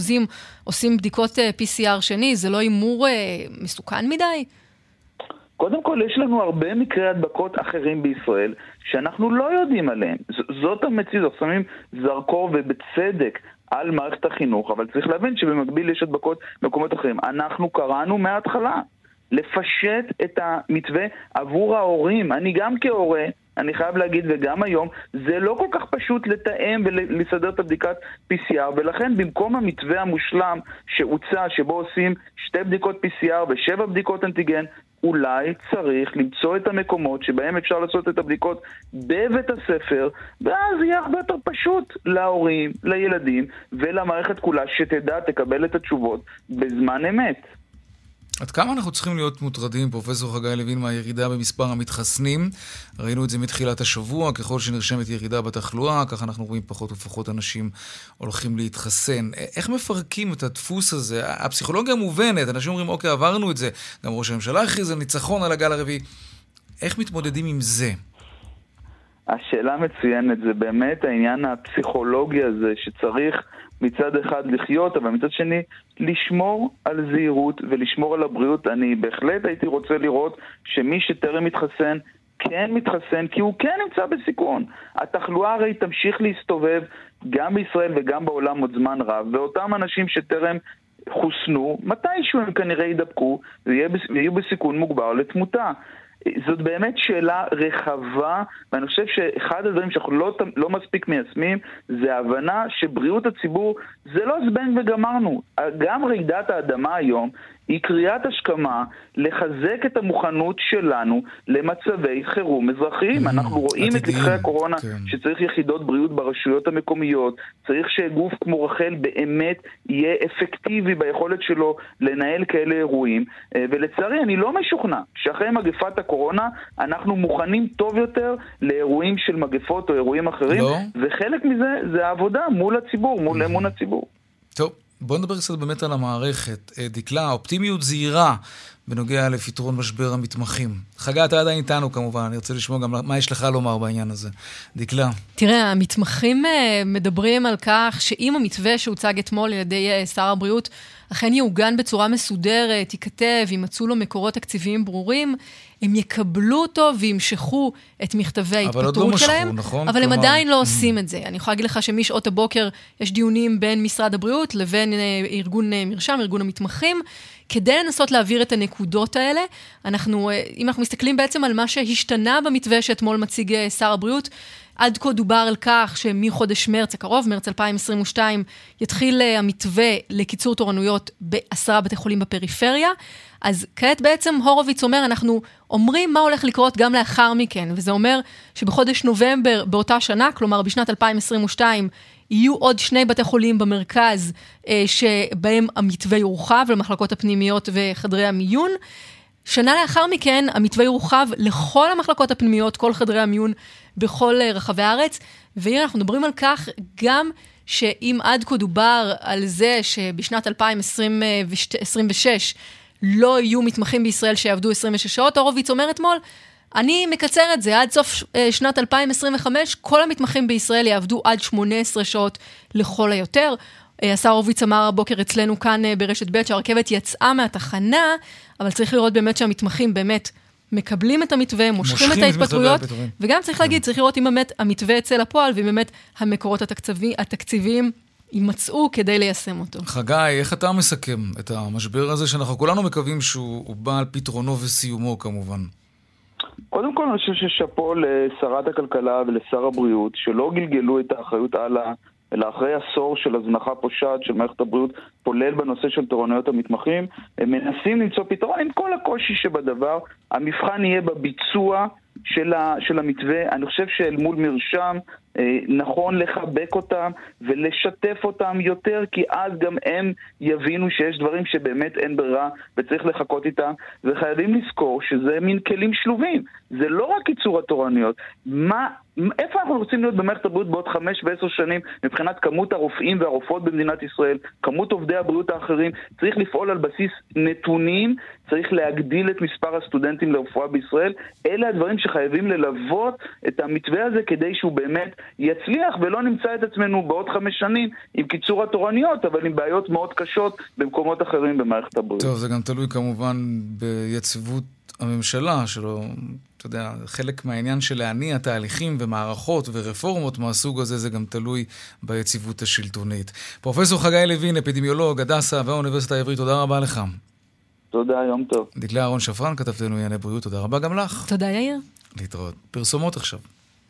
עושים בדיקות PCR שני, זה לא אימור מסוכן מדי? קודם כל, יש לנו הרבה מקרי הדבקות אחרים בישראל, שאנחנו לא יודעים עליהם. זאת המציאות, שמים זרקור ובצדק על מערכת החינוך, אבל צריך להבין שבמקביל יש הדבקות במקומות אחרים. אנחנו קראנו מההתחלה לפשט את המתווה עבור ההורים. אני גם כהורה, אני חייב להגיד, וגם היום, זה לא כל כך פשוט לתאם ולסדר את הבדיקת PCR, ולכן במקום המתווה המושלם שהוצע, שבו עושים 2 בדיקות PCR ו7 בדיקות אנטיגן, אולי צריך למצוא את המקומות שבהם אפשר לעשות את הבדיקות בבית הספר, ואז יהיה הרבה יותר פשוט להורים, לילדים ולמערכת כולה, שתדע, תקבל את התשובות בזמן אמת. עד כמה אנחנו צריכים להיות מוטרדים, פרופסור חגי לוין, מהירידה במספר המתחסנים? ראינו את זה מתחילת השבוע, ככל שנרשמת ירידה בתחלואה, כך אנחנו רואים פחות ופחות אנשים הולכים להתחסן. איך מפרקים את הדפוס הזה? הפסיכולוגיה מובנת, אנשים אומרים, אוקיי, עברנו את זה. גם ראש הממשלה הכריז על ניצחון על הגל הרביעי. איך מתמודדים עם זה? השאלה מצוינת, זה באמת העניין הפסיכולוגי הזה שצריך מצד אחד לחיות, אבל מצד שני לשמור על זהירות ולשמור על הבריאות. אני בהחלט הייתי רוצה לראות שמי שטרם מתחסן כן מתחסן, כי הוא כן נמצא בסיכון. התחלואה הרי תמשיך להסתובב גם בישראל וגם בעולם עוד זמן רב, ואותם אנשים שטרם חוסנו, מתישהו הם כנראה ידבקו ויהיו בסיכון מוגבר לתמותה. זאת באמת שאלה רחבה, ואני חושב שאחד הדברים שאנחנו לא מספיק מיישמים, זה ההבנה שבריאות הציבור זה לא זבנג וגמרנו. גם רעידת האדמה היום היא קריאת השכמה לחזק את המוכנות שלנו למצבי חירום אזרחיים. אנחנו רואים את לקחי הקורונה שצריך יחידות בריאות ברשויות המקומיות, צריך שגוף כמו רחל באמת יהיה אפקטיבי ביכולת שלו לנהל כאלה אירועים, ולצערי אני לא משוכנע שאחרי מגפת הקורונה אנחנו מוכנים טוב יותר לאירועים של מגפות או אירועים אחרים, וחלק מזה זה העבודה מול הציבור, מול אמון הציבור. טוב. בוא נדבר קצת באמת על המערכת. דקלה, אופטימיות זהירה בנוגע לפתרון משבר המתמחים. חגי, אתה עדיין איתנו כמובן, אני רוצה לשמוע גם מה יש לך לומר בעניין הזה. דקלה. תראה, המתמחים מדברים על כך שאם המתווה שהוצג אתמול על ידי שר הבריאות אכן יעוגן בצורה מסודרת, ייכתב, יימצאו לו מקורות תקציביים ברורים, הם יקבלו אותו וימשכו את מכתבי ההתפטרות שלהם, נכון? אבל הם עדיין לא עושים את זה. אני יכולה להגיד לך שמשעות הבוקר יש דיונים בין משרד הבריאות לבין ארגון מרשם, ארגון המתמחים, כדי לנסות להעביר את הנקודות האלה. אם אנחנו מסתכלים בעצם על מה שהשתנה במתווה שאתמול מציג שר הבריאות, עד כה דובר על כך שמחודש מרץ הקרוב, מרץ 2022, יתחיל המתווה לקיצור תורנויות ב10 בתי חולים בפריפריה. אז כעת בעצם הורוביץ אומר, אנחנו אומרים מה הולך לקרות גם לאחר מכן, וזה אומר שבחודש נובמבר באותה שנה, כלומר בשנת 2022, יהיו עוד 2 בתי חולים במרכז שבהם המתווה יורחב למחלקות הפנימיות וחדרי המיון. שנה לאחר מכן המתווה יורחב לכל המחלקות הפנימיות, כל חדרי המיון בכל רחבי הארץ, ואנחנו מדברים על כך גם שאם עד כה דובר על זה שבשנת 2026 לא יהיו מתמחים בישראל שיעבדו 26 שעות, הורוביץ אומר אתמול, אני מקצר את זה, עד סוף שנת 2025, כל המתמחים בישראל יעבדו עד 18 שעות לכל היותר. השר הורוביץ אמר הבוקר אצלנו כאן ברשת ב' שהרכבת יצאה מהתחנה, אבל צריך לראות באמת שהמתמחים באמת מקבלים את המתווה, מושכים את ההתפטרויות, וגם צריך להגיד, צריך לראות אם באמת המתווה אצל הפועל, ואם באמת המקורות התקציביים יימצאו כדי ליישם אותו. חגי, איך אתה מסכם את המשבר הזה, שאנחנו כולנו מקווים שהוא בא על פתרונו וסיומו כמובן? קודם כל אני חושב ששפו לשרת הכלכלה ולשר הבריאות, שלא גלגלו את האחריות הלאה, אלא אחרי עשור של הזנחה פושעת של מערכת הבריאות, פולל בנושא של תורנויות המתמחים, הם מנסים למצוא פתרון עם כל הקושי שבדבר. המבחן יהיה בביצוע של המתווה. אני חושב שאל מול מרשם נכון לחבק אותם ולשתף אותם יותר, כי אז גם הם יבינו שיש דברים שבאמת אין ברירה וצריך לחכות איתם, וחייבים לזכור שזה מין כלים שלובים. זה לא רק קיצור התורנויות. איפה אנחנו רוצים להיות במערכת הבריאות בעוד 5 ו10 שנים מבחינת כמות הרופאים והרופאות במדינת ישראל, כמות עובדי הבריאות האחרים? צריך לפעול על בסיס נתונים, צריך להגדיל את מספר הסטודנטים לרפואה בישראל. אלה הדברים שחייבים ללוות את המתווה הזה כדי שהוא באמת יצליח, ולא נמצא את עצמנו בעוד 5 שנים עם קיצור התורניות, אבל עם בעיות מאוד קשות במקומות אחרים במערכת הבריאות. טוב, זה גם תלוי כמובן ביציבות הממשלה, שלא, אתה יודע, חלק מהעניין של להניע תהליכים ומערכות ורפורמות מהסוג הזה, זה גם תלוי ביציבות השלטונית. פרופסור חגי לוין, אפידמיולוג, הדסה והאוניברסיטה העברית, תודה רבה לך. תודה, יום טוב. דקלה אהרון שפרן, כתבתנו ענייני בריאות, תודה רבה גם לך. תודה יאיר. להתראות. פרסומות עכשיו.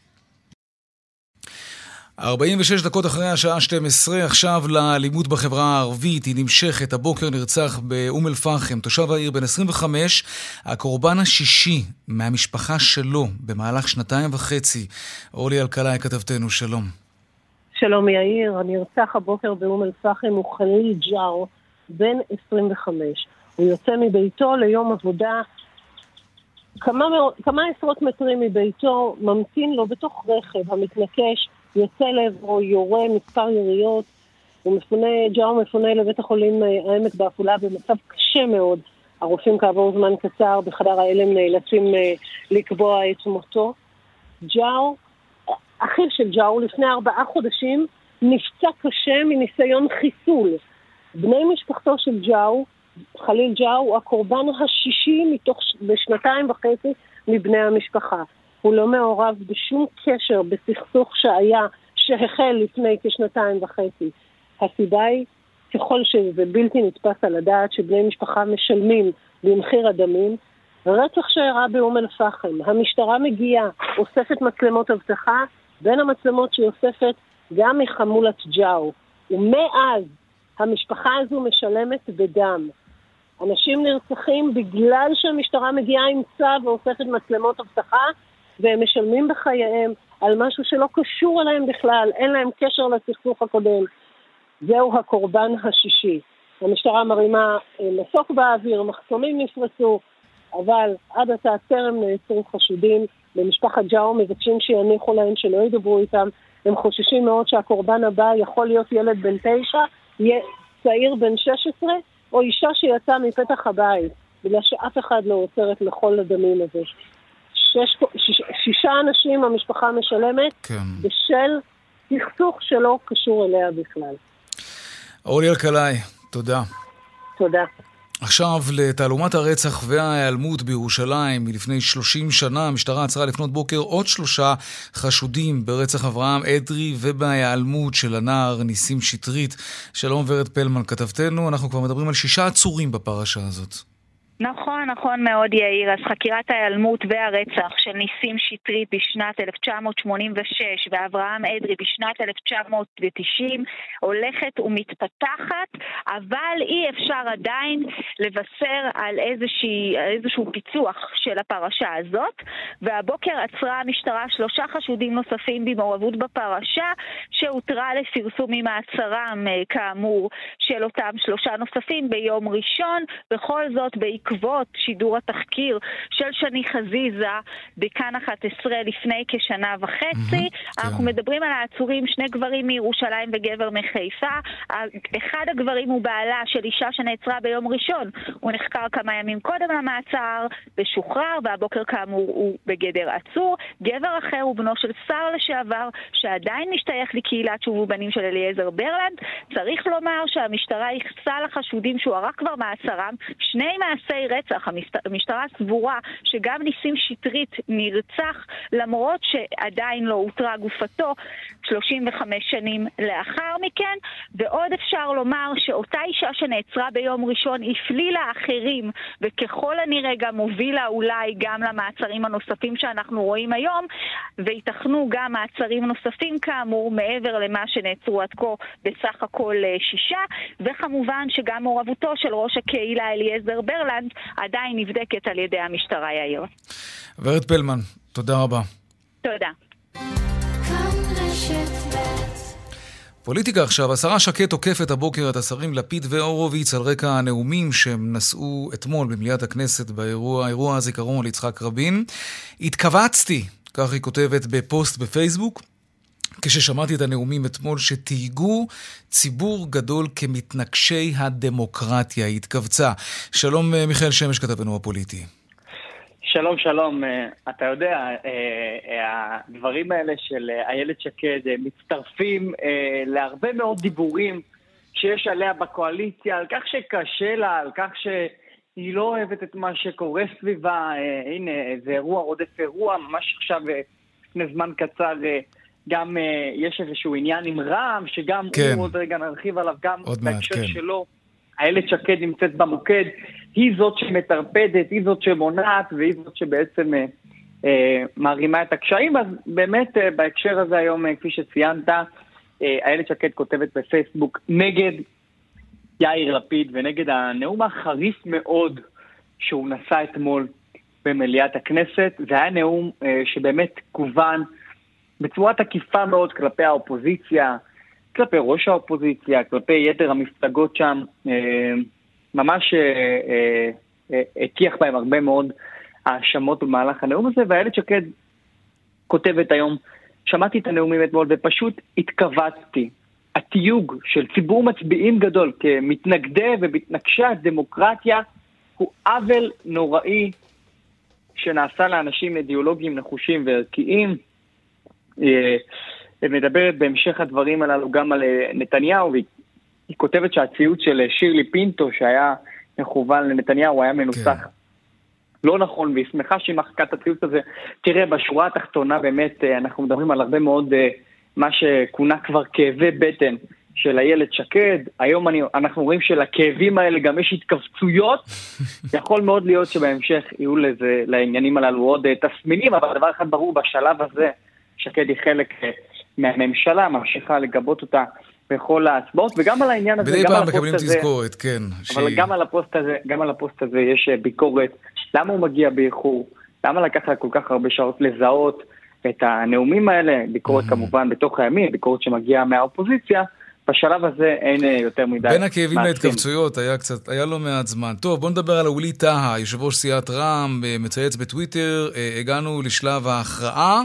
46 דקות אחרי השעה 12, עכשיו לאלימות בחברה הערבית. היא נמשכת. הבוקר נרצח באום אל-פחם תושב העיר בן 25, הקורבן השישי מהמשפחה שלו במהלך 2.5 שנים. אורלי אלקלעי, כתבתנו, שלום. שלום יאיר, הנרצח הבוקר באום אל-פחם הוא חליל ג'או, בן 25. הוא יוצא מביתו ליום עבודה כמה עשרות מטרים מביתו, ממתין לו בתוך רכב המתנקש, יוצא לעברו, יורה מספר יריות, ג'או מפונה לבית החולים העמק בעפולה במצב קשה מאוד. הרופאים כעבור זמן קצר בחדר ההלם נאלצים לקבוע את מותו. ג'או, אחיו של ג'או, לפני 4 חודשים נפצע קשה מניסיון חיסול. בני משפחתו של ג'או, חליל ג'או, הוא הקורבן השישי ב2.5 מבני המשפחה. הוא לא מעורב בשום קשר בסכסוך שהחל לפני 2.5. הסיבה היא, ככל שזה בלתי נתפס על הדעת, שבני משפחה משלמים במחיר הדמים, רצח שאירע באום אל-פחם. המשטרה מגיעה, אוספת מצלמות אבטחה, בין המצלמות שהיא אוספת גם מחמולת ג'או. ומאז המשפחה הזו משלמת בדם. אנשים נרצחים בגלל שהמשטרה מגיעה עם צו ואוספת מצלמות אבטחה, והם משלמים בחייהם על משהו שלא קשור אליהם בכלל, אין להם קשר לסכסוך הקודם. זהו הקורבן השישי. המשטרה מרימה מסוק באוויר, מחסומים נפרצו, אבל עד עתה טרם נעצרו חשודים. במשפחת ג'או מבקשים שיניחו להם, שלא ידברו איתם. הם חוששים מאוד שהקורבן הבא יכול להיות ילד בן 9, יהיה צעיר בן 16, או אישה שיצאה מפתח הבית, בגלל שאף אחד לא עוצר את מחול הדמים הזה. 6 אנשים המשפחה משלמת, כן. בשל סכסוך שלא קשור אליה בכלל. אורלי אלקלעי, תודה. תודה. עכשיו לתעלומת הרצח וההיעלמות בירושלים. מלפני 30 שנה המשטרה עצרה לפנות בוקר עוד 3 חשודים ברצח אברהם אדרי ובהיעלמות של הנער ניסים שטרית. שלום ורד פלמן, כתבתנו. אנחנו כבר מדברים על 6 עצורים בפרשה הזאת. נכון מאוד יאיר. אז חקירת ההיעלמות והרצח של ניסים שטרית בשנת 1986 ואברהם אדרי בשנת 1990 הולכת ומתפתחת, אבל אי אפשר עדיין לבשר על איזשהו פיצוח של הפרשה הזאת. והבוקר עצרה המשטרה 3 חשודים נוספים במעורבות בפרשה, שהותרה לפרסום ממעצרם כאמור של אותם 3 נוספים ביום ראשון, בכל זאת בעקבות בעקבות שידור התחקיר של שני חזיזה בכאן 11 לפני כשנה וחצי. אנחנו מדברים על העצורים, 2 גברים מירושלים וגבר מחיפה. אחד הגברים הוא בעלה של אישה שנעצרה ביום ראשון. הוא נחקר כמה ימים קודם למעצר, ושוחרר, והבוקר כאמור הוא בגדר עצור. גבר אחר הוא בנו של שר לשעבר, שעדיין משתייך לקהילת שובו בנים של אליעזר ברלנד. צריך לומר שהמשטרה יחסה לחשודים שהוא ערך כבר מעצרם 2 מעשי רצח. המשטרה סבורה שגם ניסים שטרית נרצח, למרות שעדיין לא הותרה גופתו 35 שנים לאחר מכן. ועוד אפשר לומר שאותה אישה שנעצרה ביום ראשון הפלילה אחרים, וככל הנראה גם הובילה אולי גם למעצרים הנוספים שאנחנו רואים היום, ויתכנו גם מעצרים נוספים כאמור מעבר למה שנעצרו עד כה, בסך הכל 6, וכמובן שגם מעורבותו של ראש הקהילה אליעזר ברלנד עדיין נבדקת על ידי המשטרה. יאיר. ורד פלמן, תודה רבה. תודה. פוליטיקה עכשיו. השרה שקד תוקפת הבוקר את השרים לפיד והורוביץ על רקע הנאומים שהם נשאו אתמול במליאת הכנסת באירוע הזיכרון ליצחק רבין. התכווצתי, כך היא כותבת בפוסט בפייסבוק, כששמעתי את הנאומים אתמול שתהיגו ציבור גדול כמתנגשי הדמוקרטיה. היא התכווצה. שלום מיכאל שמש, כתבנו הפוליטי. שלום, שלום. אתה יודע, הדברים האלה של איילת שקד מצטרפים להרבה מאוד דיבורים שיש עליה בקואליציה, על כך שקשה לה, על כך שהיא לא אוהבת את מה שקורה סביבה. הנה, זה אירוע רודף אירוע, ממש עכשיו לפני זמן קצר גם יש איזשהו עניין עם רעם, שגם כן. הוא עוד רגע נרחיב עליו גם בהקשר כן. שלו. איילת שקד נמצאת במוקד, היא זאת שמטרפדת, היא זאת שמונעת, והיא זאת שבעצם מערימה את הקשיים. אז באמת בהקשר הזה היום, כפי שציינת, איילת שקד כותבת בפייסבוק נגד יאיר לפיד, ונגד הנאום החריף מאוד שהוא נשא אתמול במליאת הכנסת. זה היה נאום שבאמת כוון בצורה תקיפה מאוד כלפי האופוזיציה, כלפי ראש האופוזיציה, כלפי יתר המפלגות שם, ממש הטיח בהם הרבה מאוד האשמות במהלך הנאום הזה. ואיילת שקד כותבת היום, שמעתי את הנאומים אתמול ופשוט התכווצתי. התיוג של ציבור מצביעים גדול כמתנגדי ומתנגשי הדמוקרטיה הוא עוול נוראי שנעשה לאנשים אידיאולוגיים נחושים וערכיים. מדברת בהמשך הדברים הללו גם על נתניהו, והיא כותבת שהציוץ של שירלי פינטו שהיה מכוון לנתניהו היה מנוסח לא נכון, והיא שמחה שהיא מחקה את הציוץ הזה. תראה, בשורה התחתונה באמת אנחנו מדברים על הרבה מאוד מה שכונה כבר כאבי בטן של איילת שקד. היום אנחנו רואים שלכאבים האלה גם יש התכווצויות, יכול מאוד להיות שבהמשך יהיו לעניינים הללו עוד תסמינים, אבל דבר אחד ברור, בשלב הזה שקד היא חלק מהממשלה, ממשיכה לגבות אותה בכל ההצבעות, וגם על העניין הזה, בדי פעם מקבלים תזכורת, כן. אבל גם על הפוסט הזה יש ביקורת, למה הוא מגיע באיחור, למה לקח לה כל כך הרבה שעות לזהות את הנאומים האלה, ביקורת כמובן בתוך הימין, ביקורת שמגיעה מהאופוזיציה, בשלב הזה אין יותר מדי. בין הכאבים להתכווצויות היה לא מעט זמן. טוב, בוא נדבר על ווליד טאהא, יושב ראש סיעת רע"מ, מצייץ בטוויטר, הגענו לשלב ההכרעה,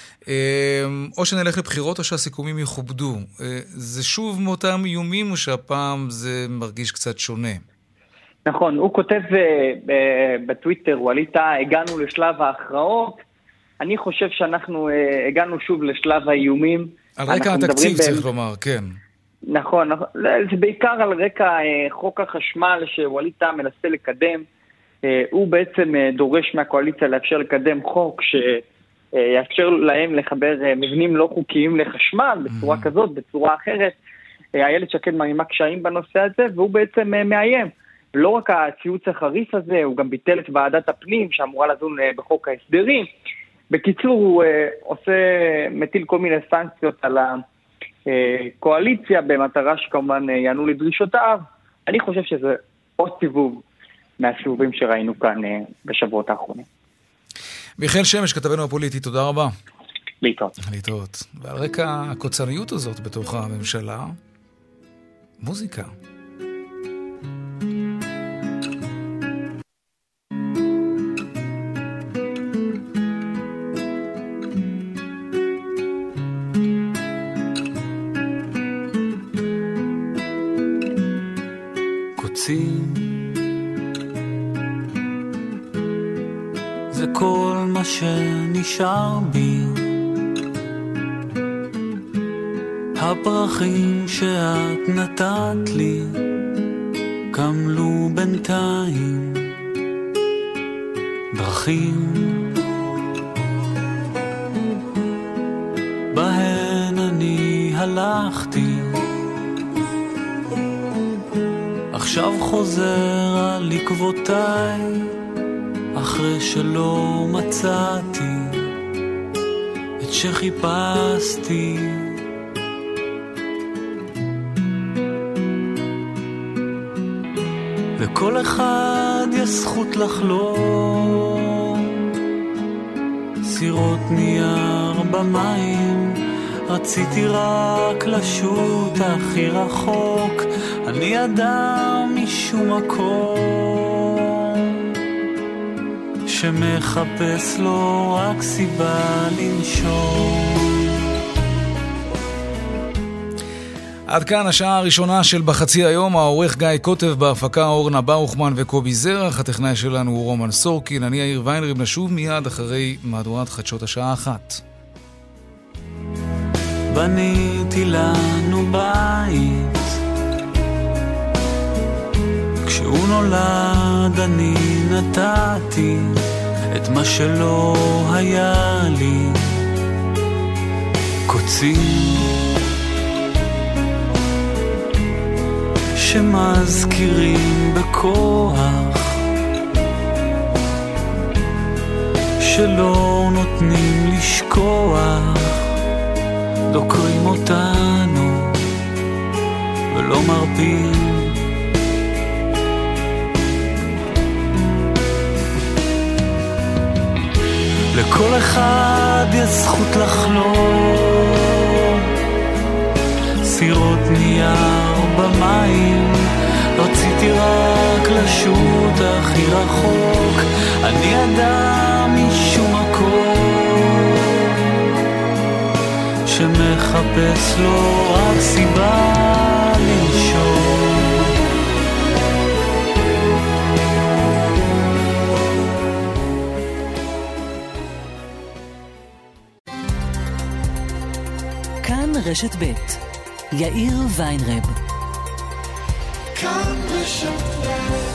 או שנלך לבחירות או שהסיכומים יכובדו. זה שוב מאותם איומים או שהפעם זה מרגיש קצת שונה? נכון, הוא כותב בטוויטר, ווליד טאהא, הגענו לשלב ההכרעות. אני חושב שאנחנו הגענו שוב לשלב האיומים. על רקע התקציב צריך לומר, כן. נכון, זה בעיקר על רקע חוק החשמל שווליד טאהא מנסה לקדם. הוא בעצם דורש מהקואליציה לאפשר לקדם חוק שיאפשר להם לחבר מבנים לא חוקיים לחשמל בצורה כזאת, בצורה אחרת. איילת שקד מערימה קשיים בנושא הזה, והוא בעצם מאיים. לא רק הציוץ החריף הזה, הוא גם ביטל את ועדת הפנים שאמורה לדון בחוק ההסדרים. בקיצור, הוא מטיל כל מיני סנקציות על הקואליציה, במטרה שכמובן יענו לדרישותיו. אני חושב שזה עוד סיבוב מהסיבובים שראינו כאן בשבועות האחרונים. מיכאל שמש, כתבנו הפוליטי, תודה רבה. להתראות. להתראות. ועל רקע הקוצריות הזאת בתוך הממשלה, מוזיקה. זה כל מה שנשאר בי. הפרחים שאת נתת לי קמלו בינתיים דרכים בהן אני הלכתי, עכשיו חוזר על עקבותיי אחרי שלא מצאתי את שחיפשתי. לכל אחד יש זכות לחלום, סירות נייר במים, רציתי רק לשוט הכי רחוק, אני אדם משום מקום שמחפש לו רק סיבה לנשום. עד כאן השעה הראשונה של בחצי היום. העורך גיא קוטב, בהפקה אורנה ברוכמן וקובי זרח, הטכנאי שלנו הוא רומן סורקין, אני יאיר ויינרב. נשוב מיד אחרי מהדורת חדשות השעה 1. בניתי לנו בית, כשהוא נולד אני נתתי את מה שלא היה לי, קוצים שמזכירים בכוח, שלא נותנים לשכוח, דוקרים אותנו ולא מרפים. לכל אחד יש זכות לחלום, סירות נייר במים, רציתי רק לשוט הכי רחוק, אני אדם משום מקום שמחפש לו רק סיבה לנשום. כאן רשת ב' יאיר ויינרב. כאן רשת ב'.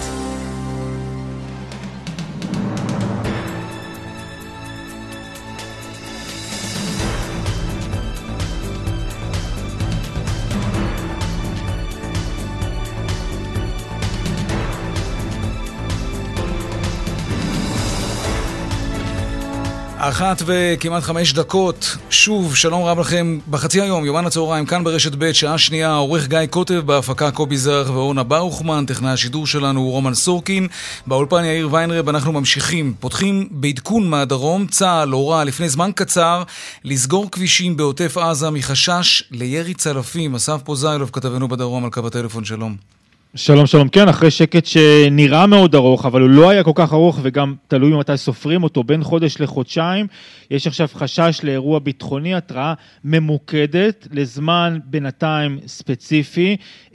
אחת וכמעט 5 דקות, שוב שלום רב לכם בחצי היום, יומן הצהריים כאן ברשת ב', שעה שנייה, עורך גיא קוטב, בהפקה קובי זרח ואורנה ברוכמן, טכנאי השידור שלנו הוא רומן סורקין, באולפן יאיר ויינרב. אנחנו ממשיכים, פותחים בעדכון מהדרום. צה"ל הורה לפני זמן קצר לסגור כבישים בעוטף עזה מחשש לירי צלפים. אסף פוזיילוב כתבנו בדרום על קו הטלפון, שלום. שלום שלום, כן, אחרי שקט שנראה מאוד ארוך, אבל הוא לא היה כל כך ארוך וגם תלוי מתי סופרים אותו, בין חודש לחודשיים, יש עכשיו חשש לאירוע ביטחוני, התראה ממוקדת לזמן בינתיים ספציפי,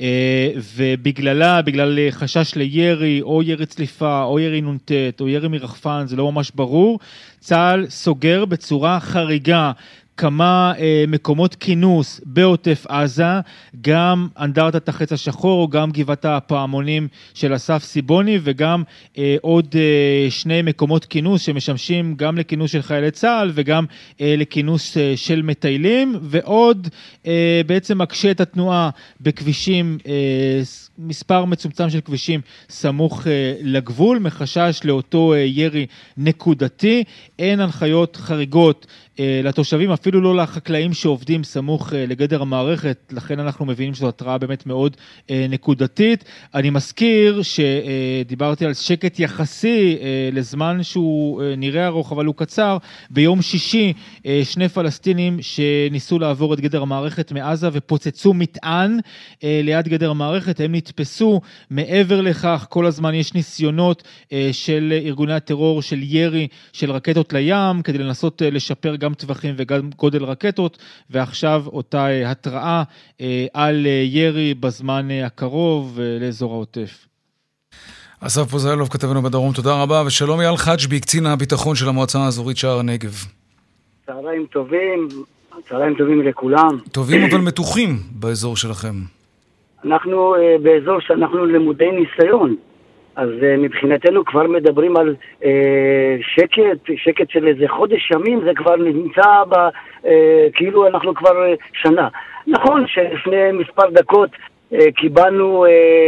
ובגלל חשש לירי או ירי צליפה או ירי נונטט או ירי מרחפן, זה לא ממש ברור, צה"ל סוגר בצורה חריגה כמה מקומות כינוס בעוטף עזה, גם אנדרטת החץ השחור, גם גבעת הפעמונים של אסף סיבוני, וגם עוד 2 מקומות כינוס שמשמשים גם לכינוס של חיילי צה"ל וגם לכינוס של מטיילים, ועוד בעצם מקשה את התנועה בכבישים, מספר מצומצם של כבישים סמוך לגבול, מחשש לאותו ירי נקודתי. אין הנחיות חריגות לתושבים, אפילו לא לחקלאים שעובדים סמוך לגדר המערכת, לכן אנחנו מבינים שזו התראה באמת מאוד נקודתית. אני מזכיר שדיברתי על שקט יחסי לזמן שהוא נראה ארוך אבל הוא קצר. ביום שישי 2 פלסטינים שניסו לעבור את גדר המערכת מעזה ופוצצו מטען ליד גדר המערכת, הם נתפסו. מעבר לכך כל הזמן יש ניסיונות של ארגוני הטרור של ירי של רקטות לים כדי לנסות לשפר גם טווחים וגם גודל רקטות, ועכשיו אותה התראה על ירי בזמן הקרוב לאזור העוטף. אסף פוזיילוב, כתבנו בדרום, תודה רבה, ושלום אייל חג'בי, קצין הביטחון של המועצה האזורית שער הנגב. צהריים טובים לכולם. טובים אבל מתוחים באזור שלכם. אנחנו באזור שאנחנו למודי ניסיון, אז מבחינתנו כבר מדברים על שקט של איזה חודש ימים, זה כבר נמצא כאילו אנחנו כבר שנה. נכון שלפני מספר דקות קיבלנו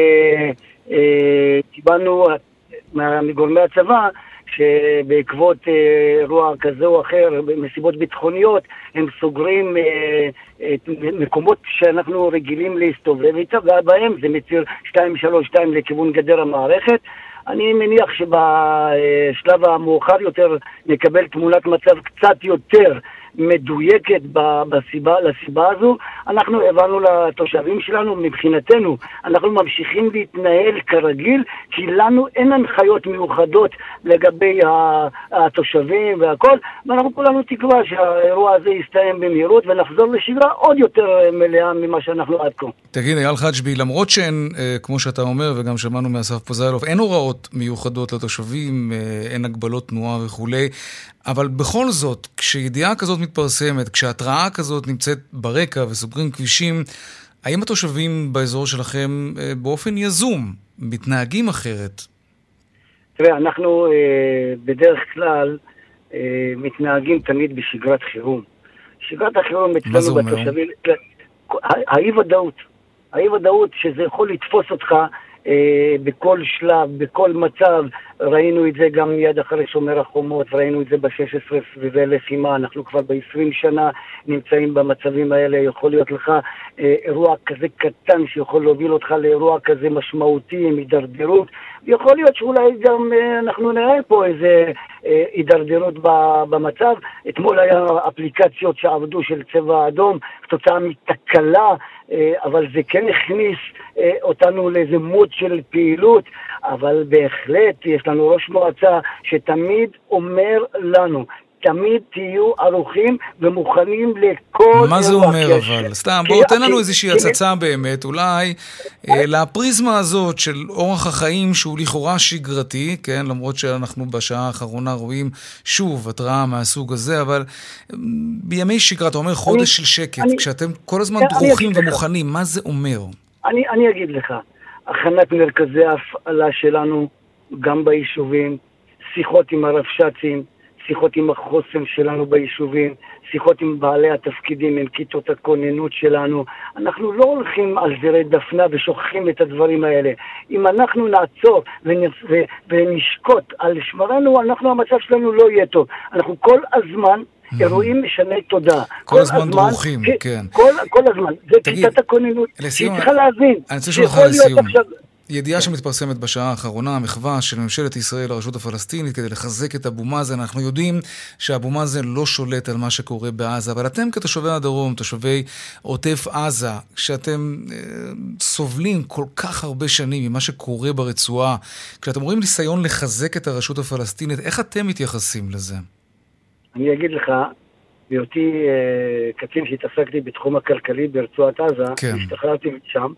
מגורמי הצבא שבעקבות אירוע כזה או אחר, מסיבות ביטחוניות, הם סוגרים מקומות שאנחנו רגילים להסתובב בהם, זה מציר 232 לכיוון גדר המערכת. אני מניח שבשלב המאוחר יותר נקבל תמונת מצב קצת יותר מדויקת לסיבה הזו. אנחנו העברנו לתושבים שלנו, מבחינתנו אנחנו ממשיכים להתנהל כרגיל, כי לנו אין הנחיות מיוחדות לגבי התושבים והכל, ואנחנו כולנו תקווה שהאירוע הזה יסתיים במהירות ונחזור לשגרה עוד יותר מלאה ממה שאנחנו עד כה. תגיד, אייל חג'בי, למרות שאין, כמו שאתה אומר וגם שמענו מאסף פוזיילוב, אין הוראות מיוחדות לתושבים, אין הגבלות תנועה וכולי, אבל בכל זאת, כשידיעה כזאת מתפרסמת, כשהתראה כזאת נמצאת ברקע וסוגרים כבישים, האם התושבים באזור שלכם באופן יזום מתנהגים אחרת? תראה, אנחנו בדרך כלל מתנהגים תמיד בשגרת חירום. שגרת החירום אצלנו בתושבים, האי-ודאות שזה יכול לתפוס אותך בכל שלב, בכל מצב. ראינו את זה גם מיד אחרי שומר החומות, ראינו את זה ב-16 סביבי לחימה, אנחנו כבר ב-20 שנה נמצאים במצבים האלה. יכול להיות לך אירוע כזה קטן שיכול להוביל אותך לאירוע כזה משמעותי עם הידרדרות, יכול להיות שאולי גם אנחנו נראה פה איזה הידרדרות במצב. אתמול היה אפליקציות שעבדו של צבע אדום כתוצאה מתקלה, אבל זה כן הכניס אותנו לאיזה מוד של פעילות. אבל בהחלט יש לנו ראש מועצה שתמיד אומר לנו, תמיד תהיו ערוכים ומוכנים לכל... מה זה אומר אבל? סתם, בואו תן לנו איזושהי הצצה באמת, אולי לפריזמה הזאת של אורח החיים שהוא לכאורה שגרתי, כן, למרות שאנחנו בשעה האחרונה רואים שוב התראה מהסוג הזה, אבל בימי שגרה, אתה אומר חודש של שקט, כשאתם כל הזמן דרוכים ומוכנים, מה זה אומר? אני אגיד לך, הכנת מרכזי ההפעלה שלנו גם ביישובים, שיחות עם הרבש"צים, שיחות עם החוסן שלנו ביישובים, שיחות עם בעלי התפקידים, עם כיתות הכוננות שלנו. אנחנו לא הולכים על זרי דפנה ושוכחים את הדברים האלה. אם אנחנו נעצור ונשקוט על שמרנו, המצב שלנו לא יהיה טוב. אנחנו כל הזמן אירועים משני תודה. כל הזמן דרוכים, כן. כל הזמן. זה כיתת הכוננות. לסיום, צריכה להבין. אני רוצה לשאול לך לסיום. ידיעה שמתפרסמת בשעה האחרונה, המחווה של ממשלת ישראל לרשות הפלסטינית כדי לחזק את אבו מאזן. אנחנו יודעים שאבו מאזן לא שולט על מה שקורה בעזה, אבל אתם כתושבי הדרום, תושבי עוטף עזה, שאתם סובלים כל כך הרבה שנים ממה שקורה ברצועה, כשאתם רואים ניסיון לחזק את הרשות הפלסטינית, איך אתם מתייחסים לזה? אני אגיד לך, בהיותי קצין שהתעסקתי בתחום הכלכלי ברצועת עזה, השתחררתי משם,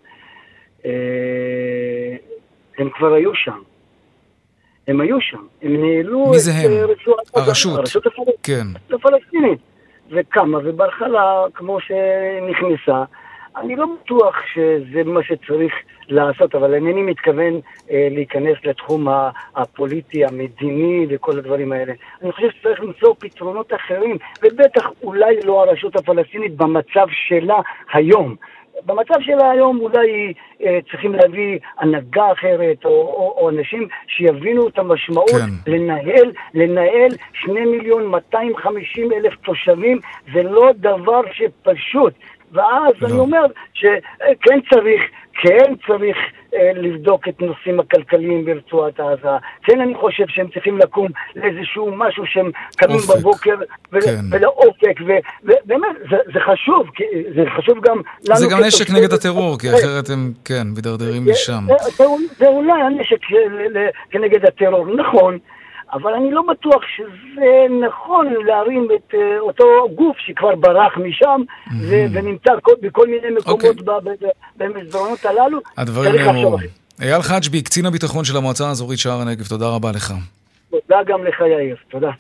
הם כבר היו שם. הם ניהלו מי זה הם? הרשות הפלסטינית. וכמה, וברכה לה כמו שנכנסה. אני לא בטוח שזה מה שצריך לעשות, אבל אינני מתכוון להיכנס לתחום הפוליטי, המדיני וכל הדברים האלה. אני חושב שצריך למצוא פתרונות אחרים, ובטח אולי לא הרשות הפלסטינית במצב שלה היום. במצב שלה היום אולי צריכים להביא הנהגה אחרת או אנשים שיבינו את המשמעות, כן. לנהל 2,250,000 תושבים, זה לא דבר שפשוט. ואז לא. אני אומר שכן צריך לבדוק את נושאים הכלכליים ברצועת עזה. כן, אני חושב שהם צריכים לקום לאיזשהו משהו שהם קמים בבוקר ולאופק, ובאמת זה חשוב, זה חשוב גם לנו. זה גם נשק נגד הטרור, כי אחרת הם כן מדרדרים לשם. זה אולי הנשק כנגד הטרור, נכון. אבל אני לא בטוח שזה נכון להרים את אותו גוף שכבר ברח משם ונמצא בכל מיני מקומות במסדרונות הללו. הדברים נאמרו. אייל חג'בי, קצין הביטחון של המועצה האזורית שער הנגב, תודה רבה לך. תודה גם לך יאיר, תודה.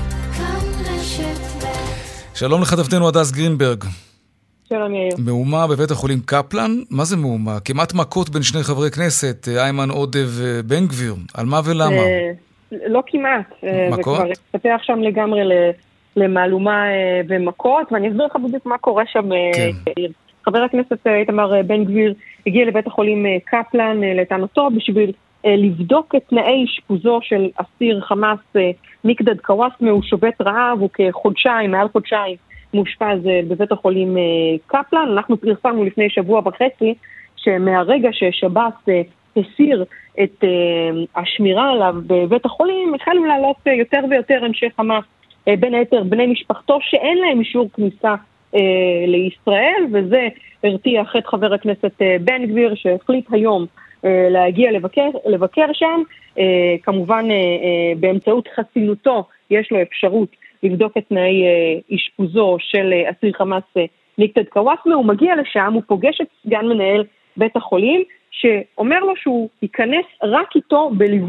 שלום לכתבתנו הדס גרינברג. שלום יאיר. מהומה בבית החולים קפלן? מה זה מהומה? כמעט מכות בין שני חברי כנסת, איימן עודה ובן גביר. על מה ולמה? לא כמעט. מכות? זה כבר התפתח שם לגמרי למהלומה ומכות, ואני אסביר לך בדיוק מה קורה שם. חבר הכנסת איתמר בן גביר הגיע לבית החולים קפלן לטענתו בשביל לבדוק את תנאי אשפוזו של אסיר חמאס מקדד קוואסמה. הוא שובת רעב, הוא מעל חודשיים מאושפז בבית החולים קפלן. אנחנו פרסמנו לפני שבוע וחצי שמהרגע ששב"ס הסיר את השמירה עליו בבית החולים, החלו לעלות יותר ויותר אנשי חמאס, בין היתר בני משפחתו שאין להם אישור כניסה לישראל, וזה הרתיח את חבר הכנסת בן גביר שהחליט היום להגיע לבקר שם. כמובן באמצעות חסינותו יש לו אפשרות לבדוק את תנאי אשפוזו של אסיר חמאס מקדד קוואסמה. הוא מגיע לשם, הוא פוגש את סגן מנהל בית החולים שאומר לו שהוא ייכנס רק איתו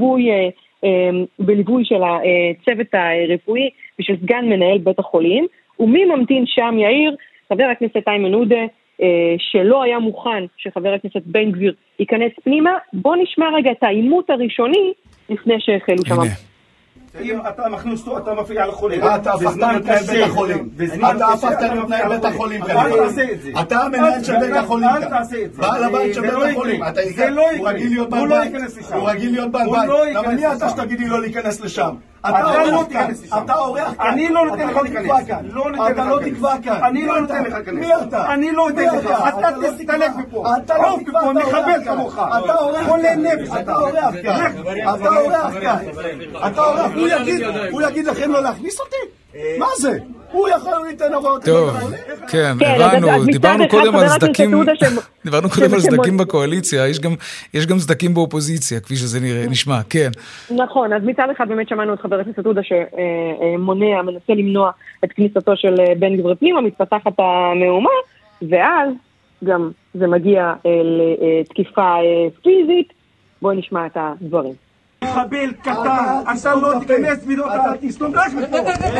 בליווי של הצוות הרפואי ושל סגן מנהל בית החולים. ומי ממתין שם יאיר? חבר הכנסת איימן עודה, שלא היה מוכן שחבר הכנסת בן גביר ייכנס פנימה. בוא נשמע רגע את העימות הראשוני לפני שהחלו שם. אם אתה מכניס אותו, אתה מפריע לחולים. אתה הפכת למנהל בית החולים. אתה הפכת למנהל בית החולים. אתה המנהל של בית החולים. אל תעשה את זה. בעל הבית של בית החולים. זה לא יקרה. הוא רגיל להיות בעל בית. הוא רגיל להיות בעל בית. למה מי אתה שתגידי לא להיכנס לשם? אתה אורח כאן. אני לא נותן לך להיכנס. אתה לא תקבע כאן. אני לא נותן לך להיכנס. מי אתה? אני לא נותן לך. אתה תסתלק מפה. אתה לא תקבע. אתה מחבל כמוך. אתה אורח. חולה נפש. אתה אורח כאן. אתה אורח כאן. אתה אורח. הוא יגיד לכם לא להכניס אותי? מה זה? הוא יכול ליתן הוראות. טוב, כן, הבנו, דיברנו קודם על סדקים בקואליציה, יש גם סדקים באופוזיציה, כפי שזה נשמע, כן. נכון, אז מצד אחד באמת שמענו את חבר הכנסת עודה מנסה למנוע את כניסתו של בן גביר פנימה, מתפתחת המהומה, ואז גם זה מגיע לתקיפה פיזית. בואו נשמע את הדברים. מחבל קטן, אתה לא תיכנס מדוק, אתה תסתום רק מפה.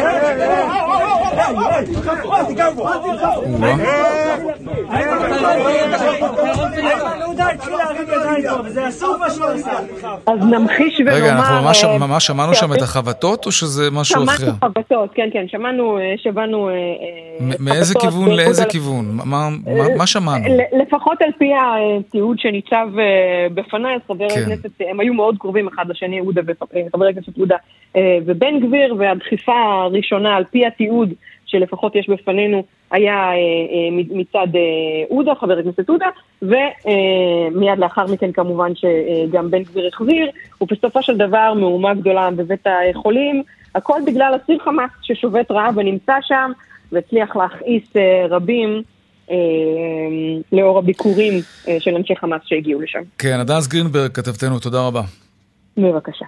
אז נמחיש ונאמר... רגע, אנחנו ממש שמענו שם את החבטות או שזה משהו אחר? שמענו חבטות, כן, שמענו... מאיזה כיוון לאיזה כיוון? מה שמענו? לפחות על פי התיעוד שניצב בפניי, חבר הכנסת, הם היו מאוד קרובים אחד לשני, חבר הכנסת עודה ובן גביר, והדחיפה הראשונה על פי התיעוד שלפחות יש בפנינו היה מצד עודה, חבר הכנסת עודה, ומיד לאחר מכן כמובן שגם בן גביר החזיר, ובסופו של דבר מהומה גדולה בבית החולים, הכל בגלל אסיר חמאס ששובת רעב ונמצא שם והצליח להכעיס רבים לאור הביקורים של אנשי חמאס שהגיעו לשם. כן, הדס גרינברג, כתבתנו, תודה רבה. בבקשה.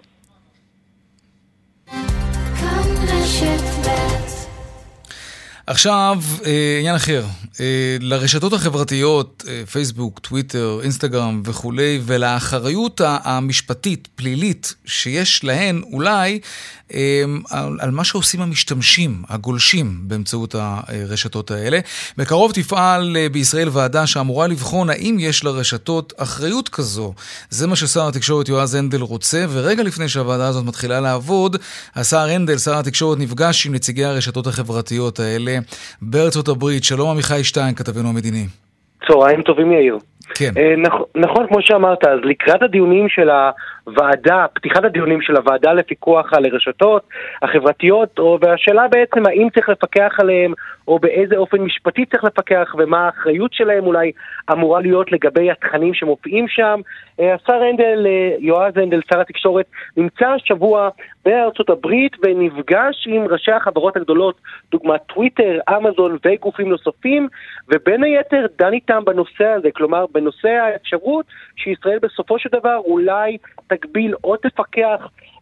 עכשיו, עניין אחר. לרשתות החברתיות, פייסבוק, טוויטר, אינסטגרם וכולי, ולאחריות המשפטית, פלילית, שיש להן אולי על מה שעושים המשתמשים, הגולשים, באמצעות הרשתות האלה. בקרוב תפעל בישראל ועדה שאמורה לבחון האם יש לרשתות אחריות כזו. זה מה ששר התקשורת יועז הנדל רוצה, ורגע לפני שהוועדה הזאת מתחילה לעבוד, השר הנדל, שר התקשורת, נפגש עם נציגי הרשתות החברתיות האלה בארצות הברית. שלום עמיחי שטיין, כתבנו המדיני. צהריים טובים יאיר. כן. נכון, כמו שאמרת, אז לקראת הדיונים של הוועדה, פתיחת הדיונים של הוועדה לפיקוח על הרשתות החברתיות, והשאלה בעצם האם צריך לפקח עליהם, או באיזה אופן משפטי צריך לפקח, ומה האחריות שלהם אולי אמורה להיות לגבי התכנים שמופיעים שם. השר הנדל, יועז הנדל, שר התקשורת, נמצא שבוע בארצות הברית ונפגש עם ראשי החברות הגדולות, דוגמת טוויטר, אמזון וגופים נוספים, ובין היתר דן איתם בנושא הזה, כלומר בנושא האפשרות שישראל בסופו של דבר אולי תגביל או תפקח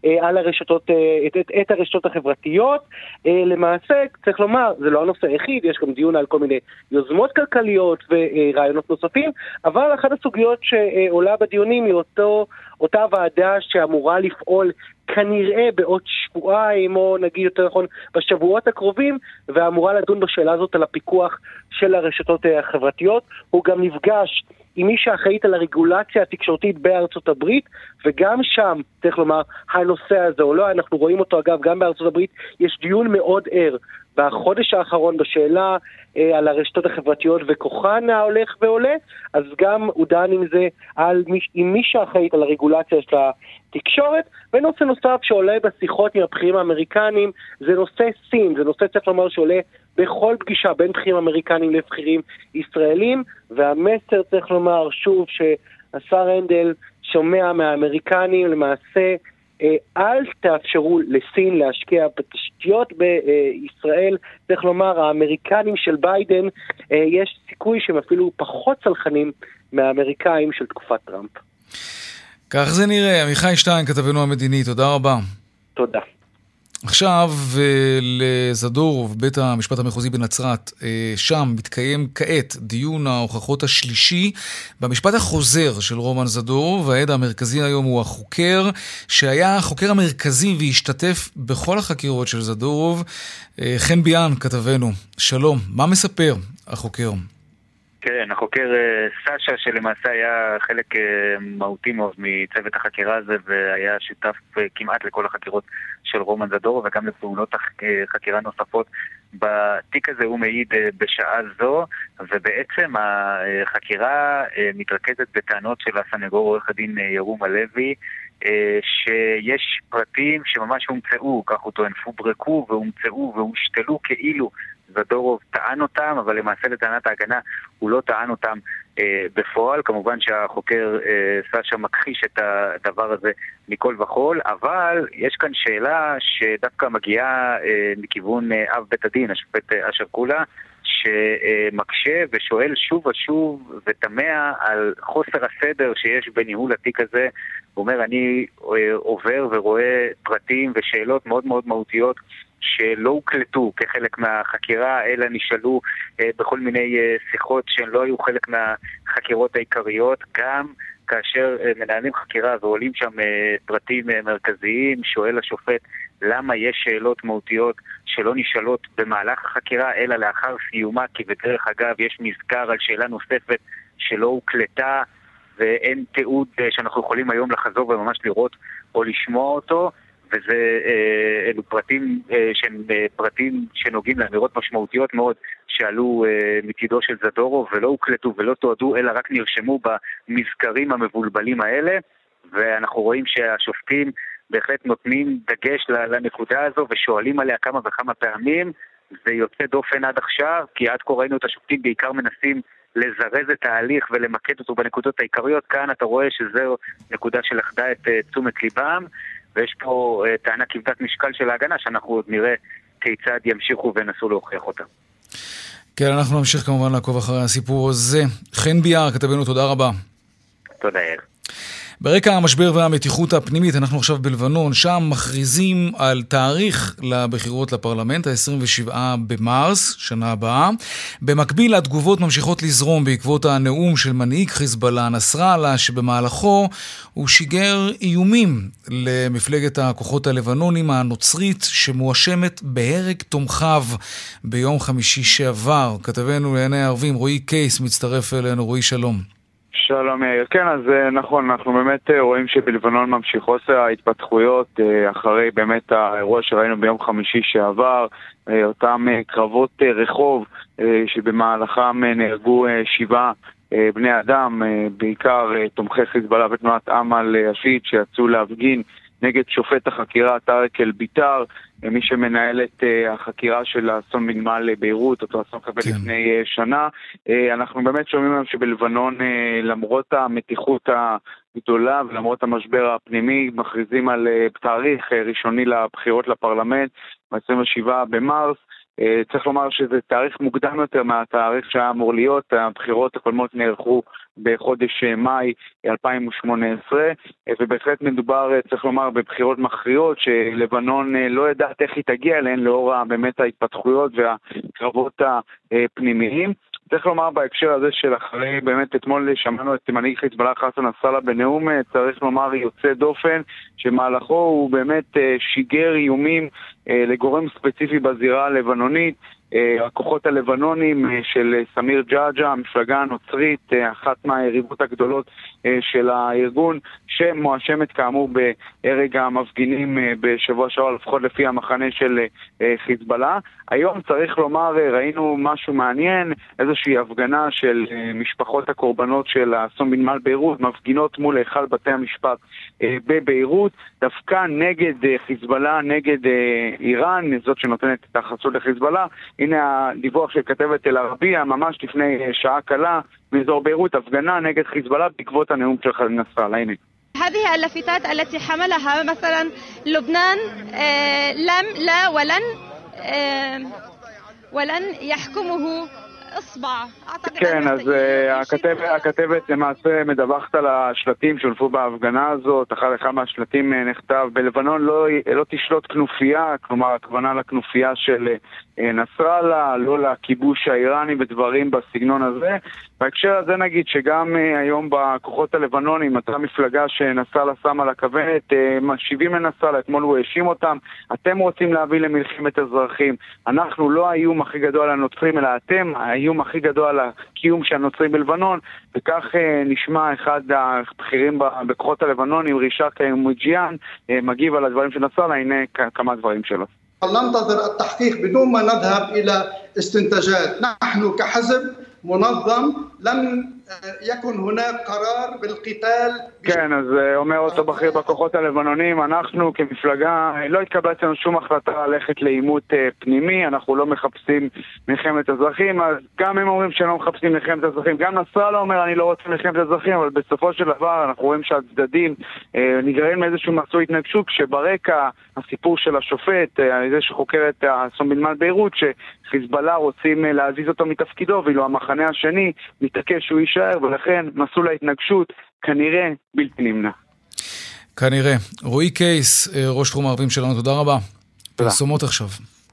על הרשתות, את הרשתות החברתיות. למעשה, צריך לומר, זה לא הנושא היחיד, יש גם דיון על כל מיני יוזמות כלכליות ורעיונות נוספים, אבל אחת הסוגיות שעולה בדיונים היא אותה ועדה שאמורה לפעול כנראה בעוד שבועיים, או נגיד יותר נכון בשבועות הקרובים, ואמורה לדון בשאלה הזאת על הפיקוח של הרשתות החברתיות. הוא גם נפגש עם מי שאחראית על הרגולציה התקשורתית בארצות הברית, וגם שם, צריך לומר, הנושא הזה או לא, אנחנו רואים אותו אגב גם בארצות הברית, יש דיון מאוד ער בחודש האחרון בשאלה על הרשתות החברתיות וכוחן ההולך ועולה, אז גם הוא דן עם זה עם מי שאחראית על הרגולציה של התקשורת. ונושא נוסף שעולה בשיחות עם הבכירים האמריקנים זה נושא סין, זה נושא צריך לומר שעולה בכל פגישה בין בכירים אמריקנים לבכירים ישראלים, והמסר צריך לומר שוב שהשר הנדל שומע מהאמריקנים למעשה אל תאפשרו לסין להשקיע בתשתיות בישראל. צריך לומר, האמריקנים של ביידן, יש סיכוי שהם אפילו פחות צלחנים מהאמריקאים של תקופת טראמפ. כך זה נראה. עמיחי שטיין, כתבנו המדיני, תודה רבה. תודה. עכשיו לזדורוב, בית המשפט המחוזי בנצרת, שם מתקיים כעת דיון ההוכחות השלישי במשפט החוזר של רומן זדורוב, והעד המרכזי היום הוא החוקר, שהיה החוקר המרכזי והשתתף בכל החקירות של זדורוב. חן ביאן, כתבנו, שלום, מה מספר החוקר? כן, החוקר סשה, שלמעשה היה חלק מהותי מאוד מצוות החקירה הזה, והיה שותף כמעט לכל החקירות של רומן זדורוב, וגם לפעולות חקירה נוספות בתיק הזה. הוא מעיד בשעה זו, ובעצם החקירה מתרכזת בטענות של הסנגור עורך הדין ירום הלוי, שיש פרטים שממש הומצאו, כך הוא טוען, פוברקו והומצאו והושתלו כאילו זדורוב טען אותם, אבל למעשה לטענת ההגנה הוא לא טען אותם בפועל. כמובן שהחוקר סשה מכחיש את הדבר הזה מכל וכל, אבל יש כאן שאלה שדווקא מגיעה מכיוון אב בית הדין, השופט אשר קולה, שמקשה ושואל שוב ושוב ותמה על חוסר הסדר שיש בניהול התיק הזה. הוא אומר, אני עובר ורואה פרטים ושאלות מאוד מאוד מהותיות שלא הוקלטו כחלק מהחקירה, אלא נשאלו בכל מיני שיחות שהן לא היו חלק מהחקירות העיקריות. גם כאשר מנהלים חקירה ועולים שם פרטים מרכזיים, שואל השופט למה יש שאלות מהותיות שלא נשאלות במהלך החקירה, אלא לאחר סיומה, כי בדרך אגב יש מזכר על שאלה נוספת שלא הוקלטה, ואין תיעוד שאנחנו יכולים היום לחזור וממש לראות או לשמוע אותו. וזה אלו פרטים שנוגעים לאמירות משמעותיות מאוד שעלו מצידו של זדורוב ולא הוקלטו ולא תועדו, אלא רק נרשמו במזכרים המבולבלים האלה. ואנחנו רואים שהשופטים בהחלט נותנים דגש לנקודה הזו ושואלים עליה כמה וכמה פעמים. זה יוצא דופן עד עכשיו, כי עד כה ראינו את השופטים בעיקר מנסים לזרז את ההליך ולמקד אותו בנקודות העיקריות. כאן אתה רואה שזו נקודה שלחדה את תשומת ליבם, ויש פה טענה כבדת משקל של ההגנה שאנחנו עוד נראה כיצד ימשיכו ונסו להוכיח אותה. כן, אנחנו נמשיך כמובן לעקוב אחרי הסיפור הזה. חן ביאר, כתבנו, תודה רבה. תודה, יאיר. ברקע המשבר והמתיחות הפנימית, אנחנו עכשיו בלבנון, שם מכריזים על תאריך לבחירות לפרלמנט, ה-27 במרס, שנה הבאה. במקביל, התגובות ממשיכות לזרום בעקבות הנאום של מנהיג חיזבאללה, נסראללה, שבמהלכו הוא שיגר איומים למפלגת הכוחות הלבנונים הנוצרית, שמואשמת בהרג תומכיו ביום חמישי שעבר. כתבנו לעיני הערבים, רועי קייס, מצטרף אלינו. רועי, שלום. שלום יאיר. כן, אז נכון, אנחנו באמת רואים שבלבנון ממשיכות ההתפתחויות אחרי באמת האירוע שראינו ביום חמישי שעבר, אותם קרבות רחוב שבמהלכם נהרגו 7 בני אדם, בעיקר תומכי חיזבאללה ותנועת אמל השיעית שיצאו להפגין נגד שופט החקירה טארק אל-ביטר, מי שמנהל את החקירה של האסון בנמל ביירות, אותו אסון קבל לפני שנה. אנחנו באמת שומעים היום שבלבנון, למרות המתיחות הגדולה ולמרות המשבר הפנימי, מכריזים על תאריך ראשוני לבחירות לפרלמנט, ב-27 במרס. צריך לומר שזה תאריך מוקדם יותר מהתאריך שהיה אמור להיות, הבחירות הקודמות נערכו בחודש מאי 2018, ובהחלט מדובר, צריך לומר, בבחירות מכריעות שלבנון לא יודעת איך היא תגיע אליהן לאור באמת ההתפתחויות והקרבות הפנימיים. צריך לומר בהקשר הזה של אחרי, באמת אתמול שמענו את מנהיג חיזבאללה חסן נסראללה בנאום, צריך לומר יוצא דופן, שמהלכו הוא באמת שיגר איומים לגורם ספציפי בזירה הלבנונית, הכוחות הלבנונים של סמיר ג'אג'ה, המפלגה הנוצרית, אחת מהיריבות הגדולות של הארגון, שמואשמת כאמור בהרג המפגינים בשבוע שעבר, לפחות לפי המחנה של חיזבאללה. היום צריך לומר, ראינו משהו מעניין, איזושהי הפגנה של משפחות הקורבנות של האסון בנמל ביירות, מפגינות מול היכל בתי המשפט בביירות, דווקא נגד חיזבאללה, נגד איראן, זאת שנותנת את החסות לחיזבאללה. הנה הדיווח של כתבת אל ערבייה, ממש לפני שעה קלה, באזור ביירות, הפגנה נגד חיזבאללה בעקבות הנאום של נסראללה. הנה. هذه اللافتات التي حملها مثلا لبنان ولن يحكمه اصبع. כן, אז הכתבת למעשה מדווחת על השלטים שהולפו בהפגנה הזאת. אחר אחד מהשלטים נכתב, בלבנון לא תשלוט כנופיה, כלומר הכוונה לכנופיה של נסראללה, לא לכיבוש האיראני ודברים בסגנון הזה. בהקשר הזה נגיד שגם היום בכוחות הלבנונים, אותה מפלגה שנסראללה שם על הכוונת, משיבים לנסראללה, אתמול הוא האשים אותם, אתם רוצים להביא למלחמת אזרחים, אנחנו לא האיום הכי גדול על הנוצרים, אלא אתם האיום הכי גדול על הקיום של הנוצרים בלבנון, וכך נשמע אחד הבכירים בכוחות הלבנונים, רישאק מוג'יאן, מגיב על הדברים של נסראללה. הנה כמה דברים שלו. ننتظر التحقيق بدون ما נذهב إلى استنتاجات. نحن كحزب منظم لم يكن هناك قرار بالقتال. כן, אז אומר אותו בכיר בכוחות הלבנונים, אנחנו כמפלגה לא התקבלנו שום החלטה ללכת לעימות פנימי, אנחנו לא מחפשים מלחמת אזרחים, אז גם הם אומרים שלא מחפשים מלחמת אזרחים, גם נסראללה אומר אני לא רוצה מלחמת אזרחים, אבל בסופו של דבר אנחנו רואים שהצדדים נגררים מאיזשהו מסע התנגשות, שברקע הסיפור של השופט, זה שחוקר את האסון בנמל ביירות, שחיזבאללה רוצים להזיז אותו מתפקידו, ואילו המחנה השני מתעקש שהוא יישאר, ולכן מסלול ההתנגשות כנראה בלתי נמנע. כנראה. רועי קייס, ראש תחום הערבים שלנו, תודה רבה. פרסומות עכשיו.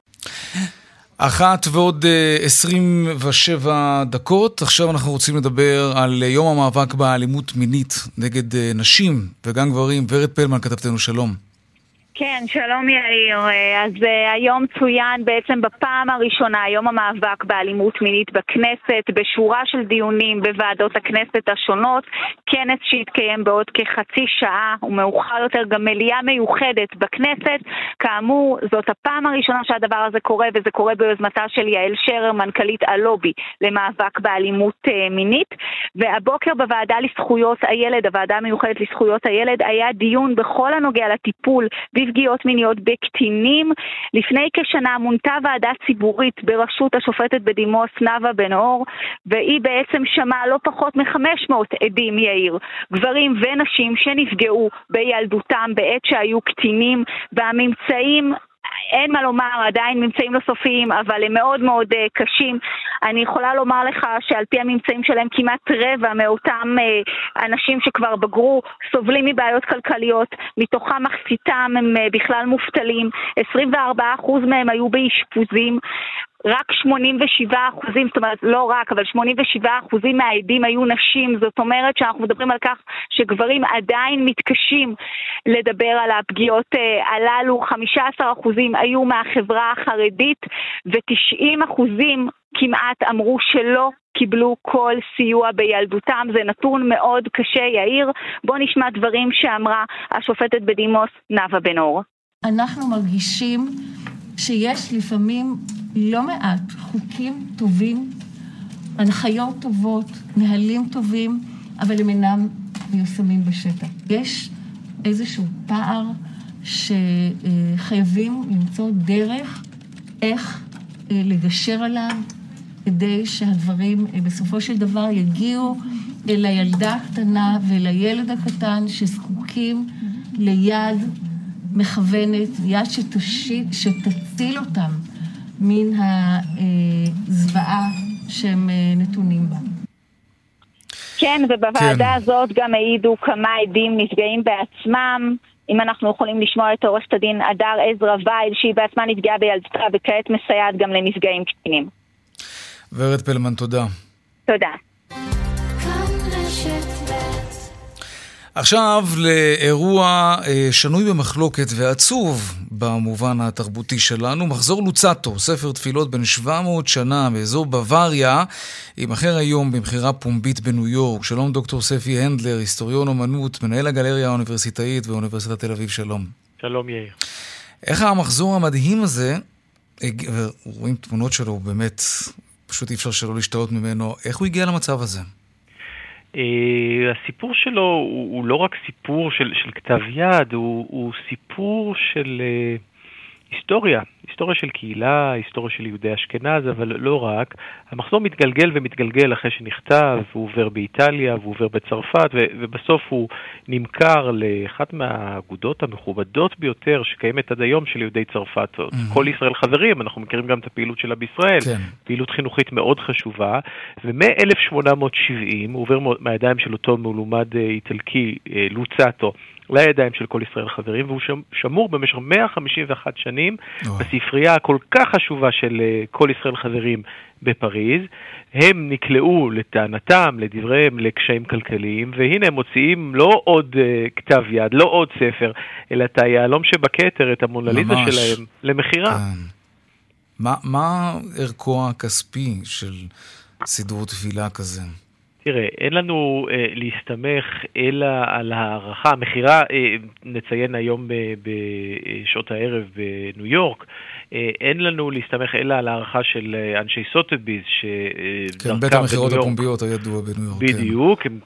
1:27 דקות. עכשיו אנחנו רוצים לדבר על יום המאבק באלימות מינית נגד נשים וגם גברים. ורד פלמן, כתבתנו, שלום. כן, שלום יאיר. אז היום צוין בעצם בפעם הראשונה יום המאבק באלימות מינית בכנסת, בשורה של דיונים בוועדות הכנסת השונות, כנס שהתקיים בעוד כחצי שעה, ומאוחר יותר גם מליאה מיוחדת בכנסת. כאמור, זאת הפעם הראשונה שהדבר הזה קורה, וזה קורה ביוזמתה של יעל שרר, מנכ"לית הלובי למאבק באלימות מינית. והבוקר בוועדה לזכויות הילד, הוועדה המיוחדת לזכויות הילד, היה דיון בכל הנוגע לטיפול בפגיעות מיניות בקטינים. לפני כשנה מונתה ועדה ציבורית בראשות השופטת בדימוס נאוה בן אור, והיא בעצם שמעה לא פחות מ-500 עדים, יאיר, גברים ונשים שנפגעו בילדותם בעת שהיו קטינים, והממצאים, אין מה לומר, עדיין ממצאים לא סופיים, אבל הם מאוד מאוד קשים. אני יכולה לומר לך שעל פי הממצאים שלהם כמעט רבע מאותם אנשים שכבר בגרו סובלים מבעיות כלכליות, מתוכם מחציתם הם בכלל מובטלים, 24% מהם היו באשפוזים, רק 87%, זאת אומרת לא רק, אבל 87% מהעדים היו נשים. זאת אומרת שאנחנו מדברים על כך שגברים עדיין מתקשים לדבר על הפגיעות הללו. 15% היו מהחברה החרדית, ו90% כמעט אמרו שלא קיבלו כל סיוע בילדותם. זה נתון מאוד קשה, יאיר. בוא נשמע דברים שאמרה השופטת בדימוס נאוה בן אור. אנחנו מרגישים שיש לפעמים לא מעט חוקים טובים, הנחיות טובות, נהלים טובים, אבל הם אינם מיושמים בשטח. יש איזשהו פער שחייבים למצוא דרך איך לגשר עליו, כדי שהדברים בסופו של דבר יגיעו אל הילדה הקטנה ואל הילד הקטן שזקוקים ליד מכוונת, יד שתציל אותם מן הזוועה שהם נתונים בה. כן, ובוועדה הזאת גם העידו כמה עדים נפגעים בעצמם. אם אנחנו יכולים לשמוע את עורכת הדין אדר עזרא וייל, שהיא בעצמה נפגעה בילדתה וכעת מסייעת גם לנפגעים קטינים. ורד פלמן, תודה. תודה. עכשיו לאירוע שנוי במחלוקת ועצוב במובן התרבותי שלנו. מחזור לוצטו, ספר תפילות בן 700 שנה באזור בוואריה, יימכר היום במחירה פומבית בניו יורק. שלום דוקטור ספי הנדלר, היסטוריון אומנות, מנהל הגלריה האוניברסיטאית באוניברסיטת תל אביב. שלום. שלום יאיר. איך המחזור המדהים הזה, רואים תמונות שלו, באמת פשוט אי אפשר שלא להשתאות ממנו, איך הוא הגיע למצב הזה? הסיפור שלו הוא לא רק סיפור של כתב יד, הוא סיפור של היסטוריה של קהילה, היסטוריה של יהודי אשכנז, אבל לא רק. המחזור מתגלגל ומתגלגל אחרי שנכתב, הוא עובר באיטליה, הוא עובר בצרפת, ובסוף הוא נמכר לאחת מהאגודות המכובדות ביותר שקיימת עד היום של יהודי צרפת. כל ישראל חברים, אנחנו מכירים גם את הפעילות שלה בישראל, פעילות חינוכית מאוד חשובה, ומ-1870 הוא עובר מהידיים של אותו מלומד איטלקי, לוצטו, לידיים של כל ישראל חברים, והוא שמור במשך 151 שנים בספרייה הכל כך חשובה של כל ישראל חברים בפריז. הם נקלעו לטענתם, לדבריהם, לקשיים כלכליים, והנה הם מוציאים לא עוד כתב יד, לא עוד ספר, אלא את היהלום שבכתר, את המונליזה שלהם, למחירה. מה ערכו הכספי של סידור תפילה כזה? תראה, אין לנו להסתמך אלא על הערכה. המחירה, נציין היום בשעות הערב בניו יורק, אין לנו להסתמך אלא על הערכה של אנשי סוטביז, כן, בית המחירות הפומביות הידוע בניו יורק. בדיוק, הם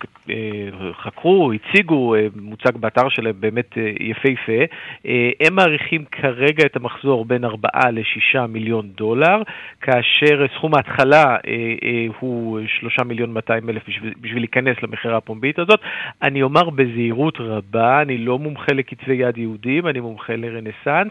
חקרו, הציגו, מוצג באתר שלהם באמת יפהפה. הם מעריכים כרגע את המחזור בין 4 ל-6 מיליון דולר, כאשר סכום ההתחלה הוא 3,200,000 בשביל להיכנס למחירה הפומבית הזאת. אני אומר בזהירות רבה, אני לא מומחה לכתבי יד יהודים, אני מומחה לרנסנס,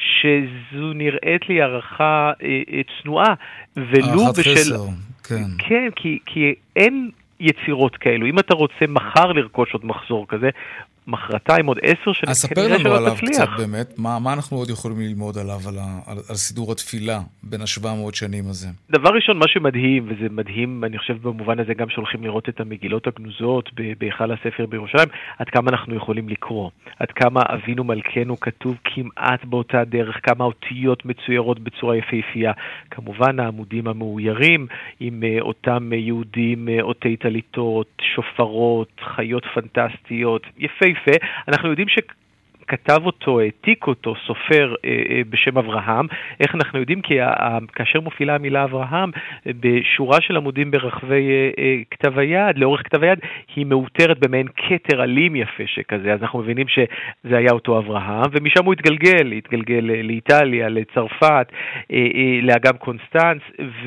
שזו נראית לי הערכה צנועה, ולו בשל... כן, כי אין יצירות כאלו. אם אתה רוצה מחר לרכוש עוד מחזור כזה, מחרתיים עוד 10 שנים, אז ספר לנו עליו קצת באמת, מה אנחנו עוד יכולים ללמוד עליו, על סידור התפילה בין 700 שנים הזה? דבר ראשון, מה שמדהים, וזה מדהים, אני חושב במובן הזה גם שהולכים לראות את המגילות הגנוזות בהיכל הספר בירושלים, עד כמה אנחנו יכולים לקרוא, עד כמה אבינו מלכנו כתוב כמעט באותה דרך, כמה אותיות מצוירות בצורה יפהפייה, כמובן העמודים המאוירים, עם אותם יהודים, אותי טליתות, שופרות, חיות פנטסטיות, יפהפה. אנחנו יודעים שכתב אותו, העתיק אותו, סופר בשם אברהם. איך אנחנו יודעים? כי כאשר מופיעה המילה אברהם, בשורה של עמודים ברחבי כתב היד, לאורך כתב היד, היא מאותרת במעין כתר אלים יפה שכזה. אז אנחנו מבינים שזה היה אותו אברהם, ומשם הוא התגלגל לאיטליה, לצרפת, לאגם קונסטנץ,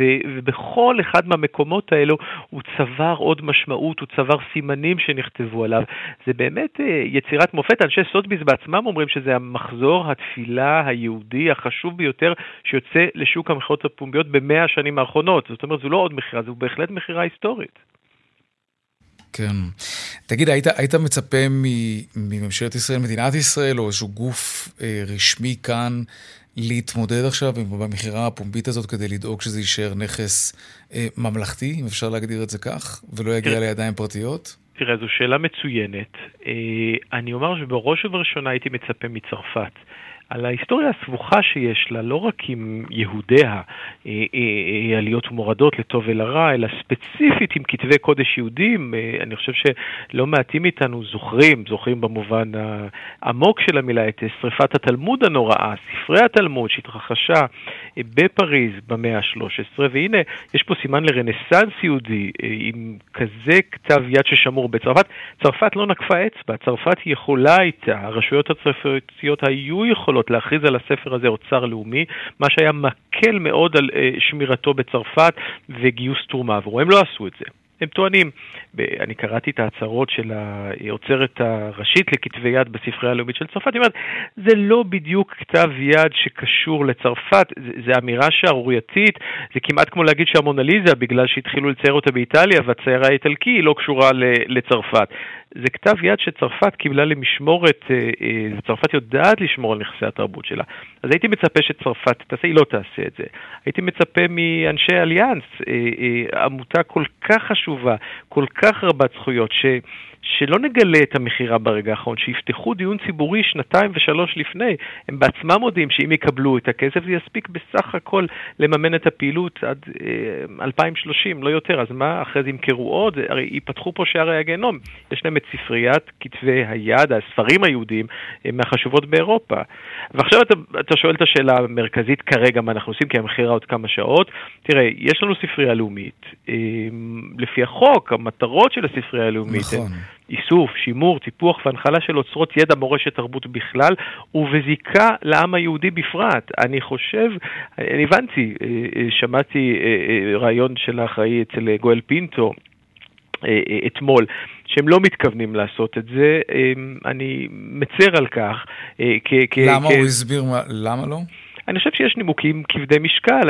ובכל אחד מהמקומות האלו הוא צבר עוד משמעות, הוא צבר סימנים שנכתבו עליו. זה באמת יצירת מופת. אנשי סוטביז בעצמם אומרים שזה המחזור התפילה היהודי החשוב ביותר שיוצא לשוק המחירות הפומביות ב100 השנים האחרונות. זאת אומרת, זו לא עוד מחירה, זו בהחלט מחירה היסטורית. כן. תגיד, היית מצפה מממשלת ישראל, מדינת ישראל, או איזשהו גוף רשמי כאן, להתמודד עכשיו במחירה הפומבית הזאת כדי לדאוג שזה יישאר נכס ממלכתי, אם אפשר להגדיר את זה כך, ולא יגיע לידיים פרטיות? תראה, זו שאלה מצוינת. אני אומר שבראש ובראשונה הייתי מצפה מצרפת. על ההיסטוריה הסבוכה שיש לה, לא רק עם יהודיה, עליות ומורדות לטוב ולרע, אלא ספציפית עם כתבי קודש יהודים. אני חושב שלא מעטים איתנו זוכרים במובן העמוק של המילה את שריפת התלמוד הנוראה, ספרי התלמוד שהתרחשה בפריז במאה ה-13, והנה יש פה סימן לרנסנס יהודי עם כזה כתב יד ששמור בצרפת. צרפת לא נקפה אצבע, צרפת יכולה איתה, הרשויות הצרפתיות היו יכולות להכריז על הספר הזה אוצר לאומי, מה שהיה מקל מאוד על שמירתו בצרפת וגיוס תרומה עבורו. הם לא עשו את זה. הם טוענים, אני קראתי את ההצהרות של האוצרת הראשית לכתבי יד בספרייה הלאומית של צרפת, היא אומרת, זה לא בדיוק כתב יד שקשור לצרפת, זה אמירה שערורייתית, זה כמעט כמו להגיד שהמונליזה, בגלל שהתחילו לצייר אותה באיטליה, והצייר האיטלקי היא לא קשורה לצרפת. זה כתב יד שצרפת קיבלה למשמורת, וצרפת יודעת לשמור על נכסי התרבות שלה. אז הייתי מצפה שצרפת תעשה, היא לא תעשה את זה. הייתי מצפה מאנשי אליאנס, עמותה כל כך חשובה, כל כך רבת זכויות, שלא נגלה את המחירה ברגע האחרון, שיפתחו דיון ציבורי 2 ו3 לפני. הם בעצמם מודיעים שאם יקבלו את הכסף, זה יספיק בסך הכל לממן את הפעילות עד 2030, לא יותר. אז מה, אחרי זה ימכרו עוד? הרי ייפתחו פה שערי הגיהנום. יש להם את ספריית כתבי היד, הספרים היהודיים, מהחשובות באירופה. ועכשיו אתה שואל את השאלה המרכזית כרגע, מה אנחנו עושים, כי המחירה עוד כמה שעות. תראה, יש לנו ספרייה לאומית. לפי החוק, המטרות של הספרייה הלאומית, נכון. איסוף, שימור, טיפוח והנחלה של אוצרות ידע, מורשת, תרבות בכלל, ובזיקה לעם היהודי בפרט. אני חושב, אני הבנתי, שמעתי רעיון של האחראי אצל גואל פינטו אתמול, שהם לא מתכוונים לעשות את זה. אני מצר על כך. למה הוא הסביר? למה לא? אני חושב שיש נימוקים כבדי משקל,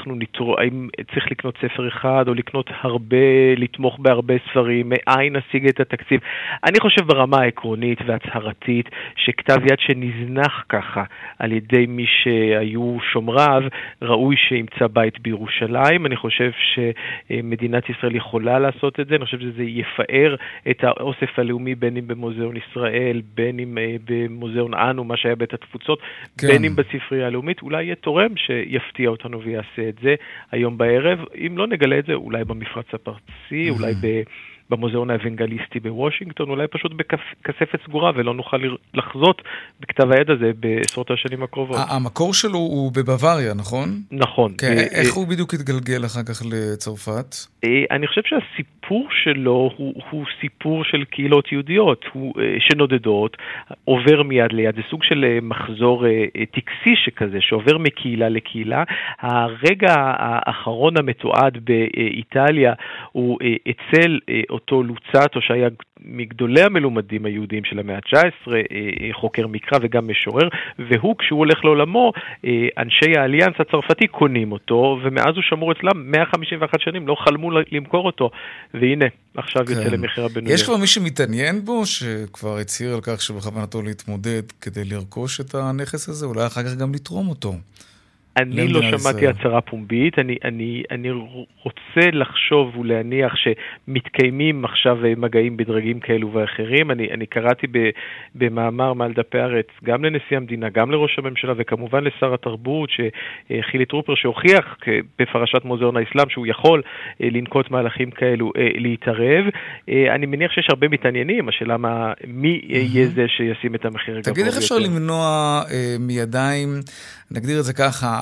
האם צריך לקנות ספר אחד או לקנות הרבה, לתמוך בהרבה ספרים, מאין נשיג את התקציב. אני חושב ברמה העקרונית והצהרתית שכתב יד שנזנח ככה על ידי מי שהיו שומריו, ראוי שימצא בית בירושלים. אני חושב שמדינת ישראל יכולה לעשות את זה, אני חושב שזה יפאר את האוסף הלאומי, בין אם במוזיאון ישראל, בין אם במוזיאון אנו, מה שהיה בית התפוצות, כן. בין אם בספרייה הלאומית. אולי יהיה תורם שיפתיע אותנו ויעשה את זה היום בערב. אם לא נגלה את זה, אולי במפרץ הפרסי, אולי במוזיאון האוונגליסטי בוושינגטון, אולי פשוט בכספת סגורה, ולא נוכל לחזות בכתב היד הזה בעשרות השנים הקרובות. המקור שלו הוא בבוואריה, נכון? נכון. איך הוא בדיוק התגלגל אחר כך לצרפת? אני חושב שהסיפור שלו הוא סיפור של קהילות יהודיות, שנודדות, עובר מיד ליד. זה סוג של מחזור טקסי שכזה, שעובר מקהילה לקהילה. הרגע האחרון המתועד באיטליה הוא אצל אותו לוצאטו שהיה מגדולי המלומדים היהודים של המאה ה-19, חוקר מקרא וגם משורר, והוא כשהוא הולך לעולמו, אנשי האליאנס הצרפתי קונים אותו, ומאז הוא שמור אצלם 151 שנים, לא חלמו למכור אותו, והנה, עכשיו יוצא למחירה בניו יורק. יש כבר מי שמתעניין בו, שכבר הצהיר על כך שבכוונתו להתמודד כדי לרכוש את הנכס הזה, אולי אחר כך גם לתרום אותו. אני לא שמעתי הצהרה פומבית, אני רוצה לחשוב ולהניח שמתקיימים עכשיו מגעים בדרגים כאלו ואחרים. אני קראתי במאמר מעל דפי הארץ, גם לנשיא המדינה, גם לראש הממשלה, וכמובן לשר התרבות, חילי טרופר, שהוכיח בפרשת מוזיאון האסלאם, שהוא יכול לנקוט מהלכים כאלו להתערב. אני מניח שיש הרבה מתעניינים, השאלה מי יהיה זה שישים את המחיר הגבוה. תגיד, איך אפשר למנוע מידיים, נגדיר את זה ככה,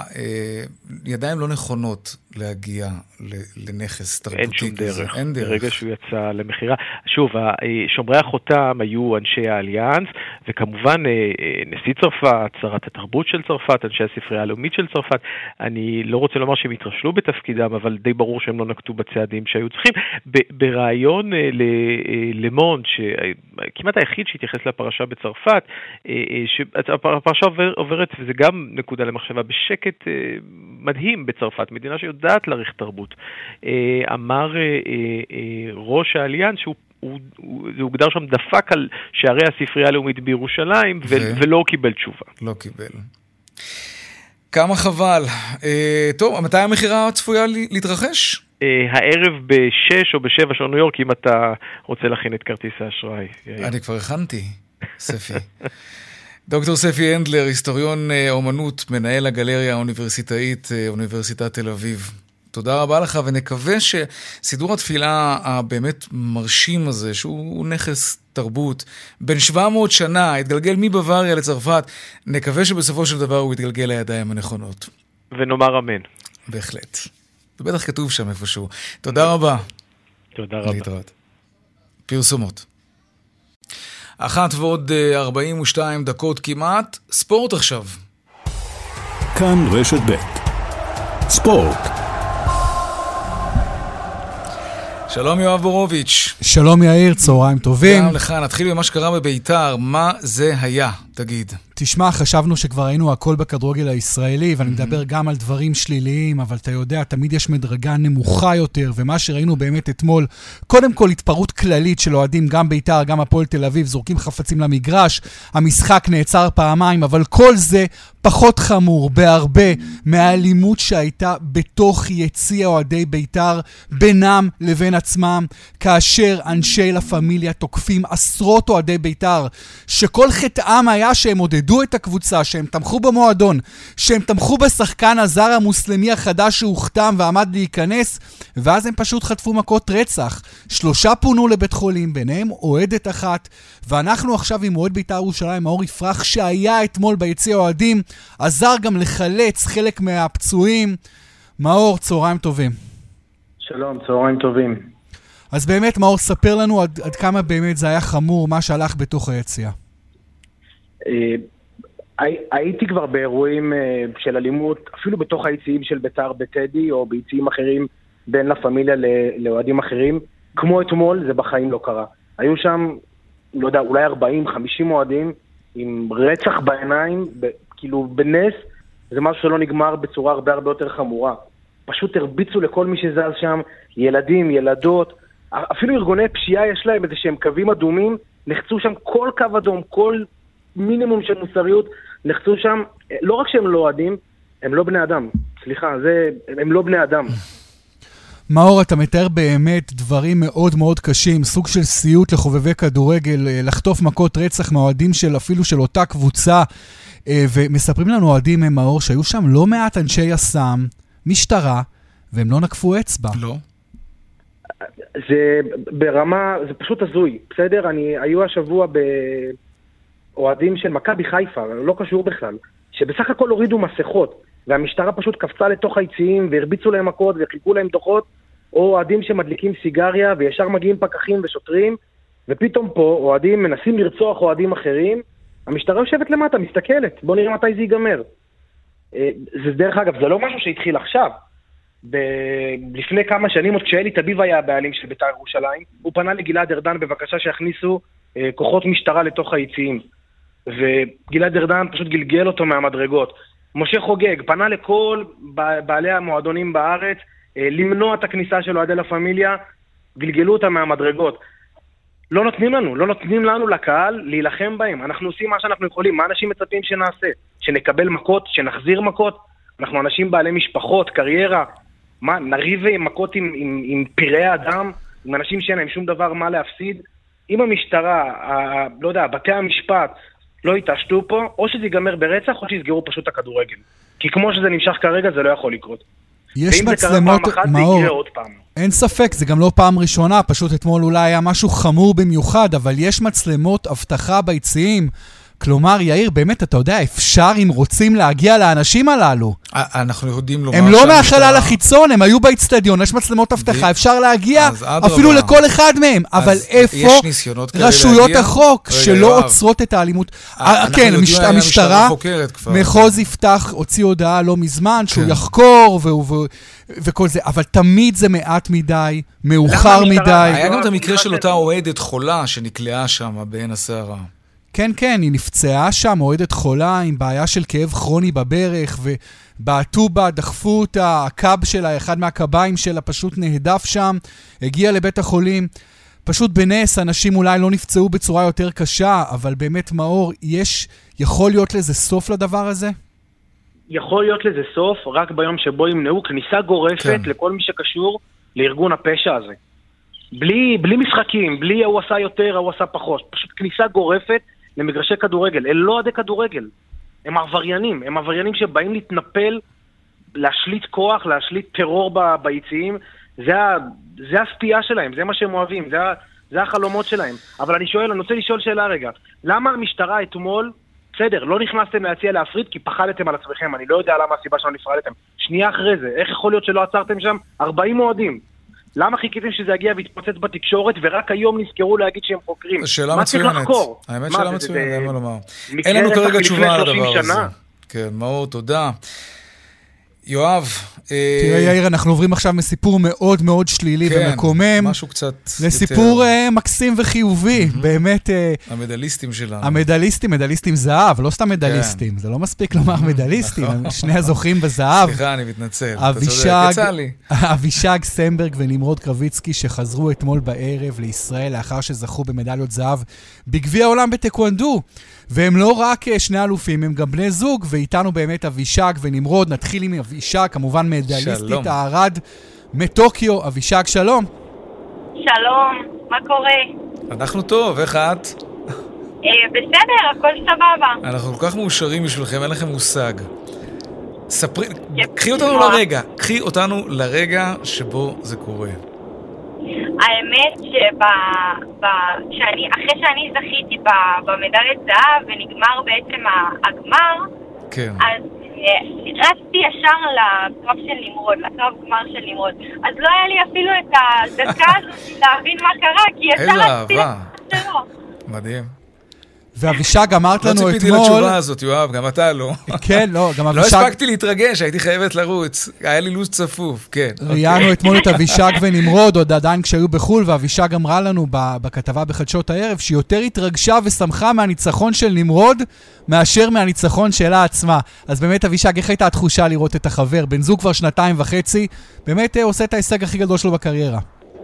ידיים לא נכונות להגיע לנכס תרבותי. אין שום דרך. אין דרך. ברגע שהוא יצא למחירה. שוב, שומרי החותם היו אנשי האליאנס, וכמובן נשיא צרפת, שרת התרבות של צרפת, אנשי הספרייה הלאומית של צרפת. אני לא רוצה לומר שהם התרשלו בתפקידם, אבל די ברור שהם לא נקטו בצעדים שהיו צריכים. ברעיון למונד, שכמעט היחיד שהתייחס לפרשה בצרפת, הפרשה עוברת, וזה גם נקודה למחשבה, בשקט מדהים בצרפת, מדינה שיודעת להעריך תרבות. אמר ראש האליאנס שהוא זה הוגדר שם דפק על שערי הספרייה הלאומית בירושלים, ולא קיבל תשובה. לא קיבל. כמה חבל. טוב, מתי המחירה צפויה להתרחש? הערב ב-6 או ב-7 של ניו יורק, אם אתה רוצה להכין את כרטיס האשראי. אני כבר הכנתי, ספי. דוקטור ספי הנדלר, היסטוריון אומנות, מנהל הגלריה האוניברסיטאית, אוניברסיטת תל אביב. תודה רבה לך, ונקווה שסידור התפילה הבאמת מרשים הזה, שהוא נכס תרבות, בין 700 שנה, התגלגל מבוואריה לצרפת, נקווה שבסופו של דבר הוא יתגלגל לידיים הנכונות. ונאמר אמן. בהחלט. זה בטח כתוב שם איפשהו. תודה רבה. תודה רבה. להתראות. פרסומות. 1:42 כמעט, ספורט עכשיו. כאן רשת ב' ספורט. שלום יואב בורוביץ'. שלום יאיר, צהריים טובים. גם לך, נתחיל במה שקרה בביתר, מה זה היה, תגיד. תשמע, חשבנו שכבר היינו הכל בכדורגל הישראלי, ואני מדבר גם על דברים שליליים, אבל אתה יודע, תמיד יש מדרגה נמוכה יותר, ומה שראינו באמת אתמול, קודם כל התפרעות כללית של אוהדים, גם ביתר, גם הפועל תל אביב, זורקים חפצים למגרש, המשחק נעצר פעמיים, אבל כל זה פחות חמור בהרבה מהאלימות שהייתה בתוך יציע אוהדי ביתר, בינם לבין עצמם, כאשר אנשי לה פמיליה תוקפים עשרות אוהדי ביתר, שכל חטאם היה שהם עודדו את הקבוצה, שהם תמכו במועדון, שהם תמכו בשחקן הזר המוסלמי החדש שהוחתם ועמד להיכנס, ואז הם פשוט חטפו מכות רצח. 3 פונו לבית חולים, ביניהם אוהדת אחת, ואנחנו עכשיו עם אוהד ביתר ירושלים, מאור יפרח, שהיה אתמול ביציע אוהדים, עזר גם לחלץ חלק מהפצועים. מאור, צהריים טובים. שלום, צהריים טובים. אז באמת, מאור, ספר לנו עד כמה באמת זה היה חמור, מה שהלך בתוך היציע. הייתי כבר באירועים של אלימות, אפילו בתוך היציעים של ביתר בטדי, או ביציעים אחרים בין לה פמיליה לאוהדים אחרים. כמו אתמול, זה בחיים לא קרה. היו שם, לא יודע, אולי 40-50 אוהדים, עם רצח בעיניים, כאילו בנס, זה משהו שלא נגמר בצורה הרבה יותר חמורה. פשוט הרביצו לכל מי שזז שם, ילדים, ילדות, אפילו ארגוני פשיעה יש להם איזה שהם קווים אדומים, נחצו שם כל קו אדום, כל מינימום של מוסריות, נחצו שם, לא רק שהם לא אוהדים, הם לא בני אדם. סליחה, הם לא בני אדם. מאור, אתה מתאר באמת דברים מאוד מאוד קשים, סוג של סיוט לחובבי כדורגל, לחטוף מכות רצח מהאוהדים של אפילו של אותה קבוצה, ומספרים לנו אוהדים מאור שהיו שם לא מעט אנשי יס"מ, משטרה, והם לא נקפו אצבע. לא. זה ברמה, זה פשוט הזוי, בסדר? היו השבוע באוהדים של מכבי חיפה, לא קשור בכלל, שבסך הכל הורידו מסכות, והמשטרה פשוט קפצה לתוך היציעים, והרביצו להם מכות, וחיכו להם דוחות, או אוהדים שמדליקים סיגריה, וישר מגיעים פקחים ושוטרים, ופתאום פה אוהדים מנסים לרצוח אוהדים אחרים, המשטרה יושבת למטה, מסתכלת, בוא נראה מתי זה ייגמר. זה דרך אגב, זה לא משהו שהתחיל עכשיו. לפני כמה שנים, עוד כשאלי תביב היה הבעלים של בית"ר ירושלים, הוא פנה לגלעד ארדן בבקשה שיכניסו כוחות משטרה לתוך היציעים. וגלעד ארדן פשוט גלגל אותו מהמדרגות. משה חוגג פנה לכל בעלי המועדונים בארץ, למנוע את הכניסה של אוהדי לה פמיליה, גלגלו אותה מהמדרגות. לא נותנים לנו לקהל להילחם בהם. אנחנו עושים מה שאנחנו יכולים. מה אנשים מצפים שנעשה? שנקבל מכות, שנחזיר מכות? אנחנו אנשים בעלי משפחות, קריירה. מה, נריב מכות עם פירי אדם, עם אנשים שאין להם שום דבר מה להפסיד? אם המשטרה, לא יודע, בתי המשפט לא יתעשתו פה, או שזה ייגמר ברצח, או שיסגרו פשוט הכדורגל. כי כמו שזה נמשך כרגע, זה לא יכול לקרות. יש מצלמות, מאור, אין ספק, זה גם לא פעם ראשונה, פשוט אתמול אולי היה משהו חמור במיוחד, אבל יש מצלמות הבטחה ביציעים, כלומר, יאיר, באמת, אתה יודע, אפשר אם רוצים להגיע לאנשים הללו. אנחנו יודעים לומר הם לא מהחלל החיצון, הם היו באצטדיון, יש מצלמות הבטחה, אפשר להגיע אפילו לכל אחד מהם, אבל איפה רשויות החוק שלא עוצרות את האלימות? כן, המשטרה, מחוז יפתח, הוציא הודעה לא מזמן, שהוא יחקור וכל זה, אבל תמיד זה מעט מדי, מאוחר מדי. היה גם את המקרה של אותה אוהדת חולה שנקלעה שם בעין הסערה. כן, היא נפצעה שם, אוהדת חולה עם בעיה של כאב כרוני בברך, ובעטו בה, דחפו אותה, הקב שלה, אחד מהקביים שלה פשוט נהדף שם, הגיע לבית החולים, פשוט בנס, אנשים אולי לא נפצעו בצורה יותר קשה, אבל באמת מאור, יכול להיות לזה סוף לדבר הזה? יכול להיות לזה סוף, רק ביום שבו ימנעו כניסה גורפת לכל מי שקשור לארגון הפשע הזה. בלי משחקים, בלי הוא עשה יותר, הוא עשה פחות. פשוט כניסה גורפת למגרשי כדורגל. אלה לא עדי כדורגל. הם עבריינים שבאים להתנפל, להשליט כוח, להשליט טרור ביציעים. זה הסטייה שלהם, זה מה שהם אוהבים, זה החלומות שלהם. אבל אני רוצה לשאול שאלה רגע. למה המשטרה אתמול, בסדר, לא נכנסתם להציע להפריד כי פחדתם על עצמכם, אני לא יודע למה הסיבה שלא נפרדתם. שנייה אחרי זה, איך יכול להיות שלא עצרתם שם 40 אוהדים? למה חיכיתם שזה יגיע והתפוצץ בתקשורת, ורק היום נזכרו להגיד שהם חוקרים? שאלה מצוינת. האמת שאלה מצוינת, אין מה לומר. אין לנו כרגע תשובה על הדבר הזה. כן, מאור, תודה. יואב. תראה יאיר, אנחנו עוברים עכשיו מסיפור מאוד מאוד שלילי ומקומם. משהו קצת לסיפור מקסים וחיובי, באמת. המדליסטים שלנו. מדליסטים זהב, לא סתם מדליסטים. זה לא מספיק לומר מדליסטים, הם שני הזוכים בזהב. סליחה, אני מתנצל. אבישג סמברג ונמרוד קרביצקי שחזרו אתמול בערב לישראל לאחר שזכו במדליות זהב בגביע העולם בטקוונדו. והם לא רק שני אלופים, הם גם בני זוג, ואיתנו באמת אבישג ונמרוד. נתחיל עם אבישג, כמובן מדליסטית הערד מטוקיו. אבישג, שלום. שלום, מה קורה? אנחנו טוב, איך את? בסדר, הכל סבבה. אנחנו כל כך מאושרים בשבילכם, אין לכם מושג. קחי אותנו לרגע שבו זה קורה. האמת אחרי שאני זכיתי במדליית זהב ונגמר בעצם הגמר, אז רצתי ישר לקרב של נמרוד, לקרב גמר של נמרוד. אז לא היה לי אפילו את הדקה הזאת להבין מה קרה, כי ישר רצתי שלו. מדהים. ואבישג אמרת לנו אתמול... לא ציפיתי לתשובה הזאת, יואב, גם אתה לא. כן, לא, גם אבישג... לא הספקתי להתרגש, הייתי חייבת לרוץ. היה לי לו"ז צפוף, כן. ראיינו אתמול את אבישג ונמרוד, עוד עדיין כשהיו בחול, ואבישג אמרה לנו בכתבה בחדשות הערב, שהיא יותר התרגשה ושמחה מהניצחון של נמרוד, מאשר מהניצחון שלה עצמה. אז באמת, אבישג, איך הייתה התחושה לראות את החבר? בן זוג כבר 2.5, באמת עושה את ההישג הכי גדול שלו בקריירה.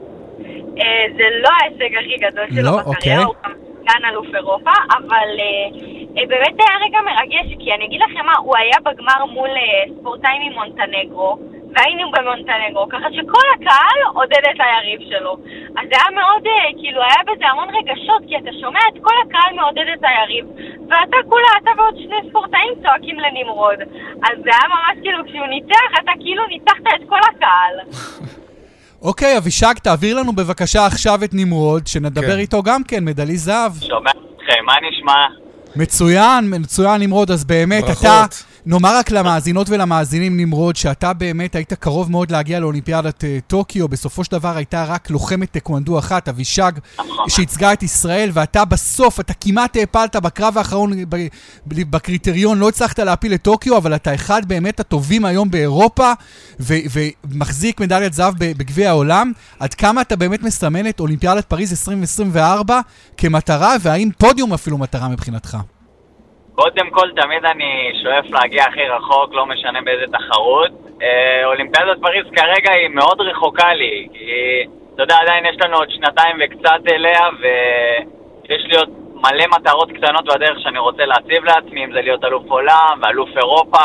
זה לא ההישג הכי גדול שלו בקריירה, כאן אלוף אירופה, אבל באמת היה רגע מרגש, כי אני אגיד לכם מה, הוא היה בגמר מול ספורטאי ממונטנגרו, והיינו במונטנגרו, ככה שכל הקהל עודד את היריב שלו. אז זה היה מאוד, כאילו, היה בזה המון רגשות, כי אתה שומע את כל הקהל מעודד את היריב, ואתה כולה, אתה ועוד שני ספורטאים צועקים לנמרוד. אז זה היה ממש כאילו, כשהוא ניצח, אתה כאילו ניצחת את כל הקהל. אוקיי, אבישג, תעביר לנו בבקשה עכשיו את נמרוד, שנדבר איתו גם כן, מדלי זהב. שומע אתכם, מה נשמע? מצוין נמרוד, אז באמת אתה, נאמר רק למאזינות ולמאזינים נמרוד, שאתה באמת היית קרוב מאוד להגיע לאולימפיאדת טוקיו, בסופו של דבר הייתה רק לוחמת טקוונדו אחת, אבישג, שהצגה את ישראל, ואתה בסוף, אתה כמעט הפלת בקרב האחרון בקריטריון, לא הצלחת להפיל את טוקיו, אבל אתה אחד באמת הטובים היום באירופה, ומחזיק מדליית זהב בגביע העולם. עד כמה אתה באמת מסמן את אולימפיאדת פריז 2024 כמטרה, והאם פודיום אפילו מטרה מבחינתך? קודם כל, תמיד אני שואף להגיע הכי רחוק, לא משנה באיזה תחרות. אולימפיאדת פריז כרגע היא מאוד רחוקה לי, כי אתה יודע, עדיין יש לנו עוד 2 וקצת אליה, ויש לי עוד מלא מטרות קטנות בדרך שאני רוצה להציב לעצמי, אם זה להיות אלוף עולם ואלוף אירופה,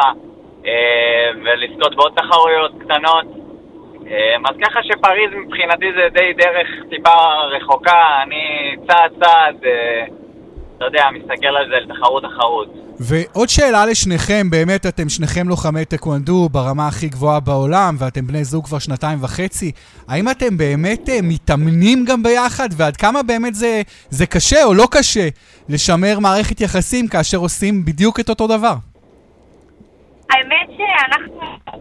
ולזכות בעוד תחרויות קטנות. אז ככה שפריז מבחינתי זה די דרך טיפה רחוקה, אני צעד, אתה יודע, מסתכל על זה לתחרות. ועוד שאלה לשניכם, באמת אתם שניכם לוחמי טקוונדו ברמה הכי גבוהה בעולם, ואתם בני זוג כבר 2.5, האם אתם באמת מתאמנים גם ביחד, ועד כמה באמת זה קשה או לא קשה לשמר מערכת יחסים כאשר עושים בדיוק את אותו דבר? האמת שאנחנו...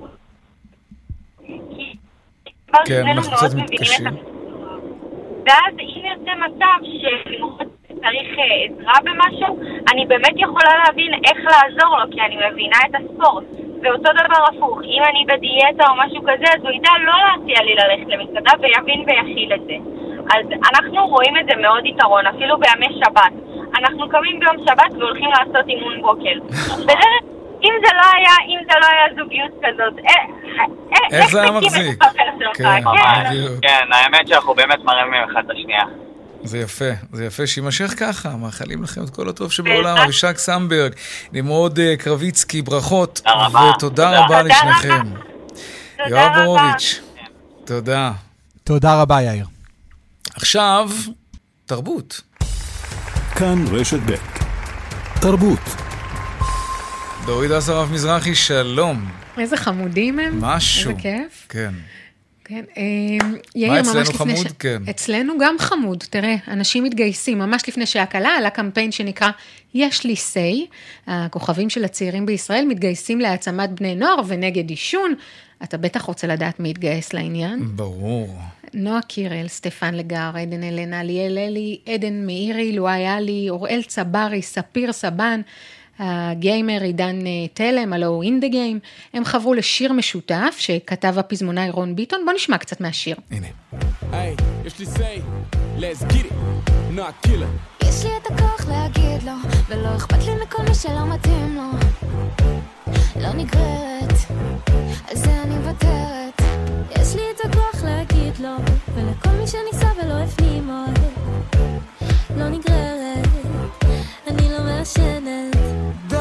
כן, אנחנו קצת מתקשים. ואז אם יוצא מצב שלמחות צריך עזרה במשהו, אני באמת יכולה להבין איך לעזור לו, כי אני מבינה את הספורט. ואותו דבר הפוך, אם אני בדיאטה או משהו כזה, אז הוא ידע לא להציע לי ללכת למסעדה ויבין ויכיל את זה. אז אנחנו רואים את זה מאוד יתרון, אפילו בימי שבת. אנחנו קמים ביום שבת והולכים לעשות אימון בוקר. בדרך, אם זה לא היה זוגיות כזאת, איך זה היה מחזיק? כן, האמת שאנחנו באמת מרמים אחד את השנייה. זה יפה שימשך ככה, מאחלים לכם את כל הטוב שבעולם. אבישג סמברג, נמרוד קרביצקי, ברכות ותודה רבה לשניכם. יואב בורוביץ', תודה. תודה רבה יאיר. עכשיו, תרבות. כאן רשת ב' תרבות. דורית אסרף מזרחי, שלום. איזה חמודים הם. משהו. איזה כיף. כן. כן. מה אצלנו חמוד? כן. אצלנו גם חמוד. תראה, אנשים מתגייסים. ממש לפני שהקלה עלה קמפיין שנקרא יש לי סי. הכוכבים של הצעירים בישראל מתגייסים להעצמת בני נוער ונגד עישון. אתה בטח רוצה לדעת מי יתגייס לעניין. ברור. נועה קירל, סטפן לגר, עדן אלנה, ליאל אלי, עדן מאירי, לואי אלי, אוראל צברי, ספיר סבן. הגיימר עידן תלם, הלו הוא In The Game, הם חברו לשיר משותף שכתב הפזמונאי רון ביטון. בוא נשמע קצת מהשיר. הנה. היי, יש לי say, let's get it, not killer. יש לי את הכוח להגיד לו, ולא אכפת לי מכל מי שלא מתאים לו. לא נגררת, על זה אני מוותרת. יש לי את הכוח להגיד לו, ולכל מי שניסה ולא הפנים עוד. לא נגררת, אני לא מעשנת. די,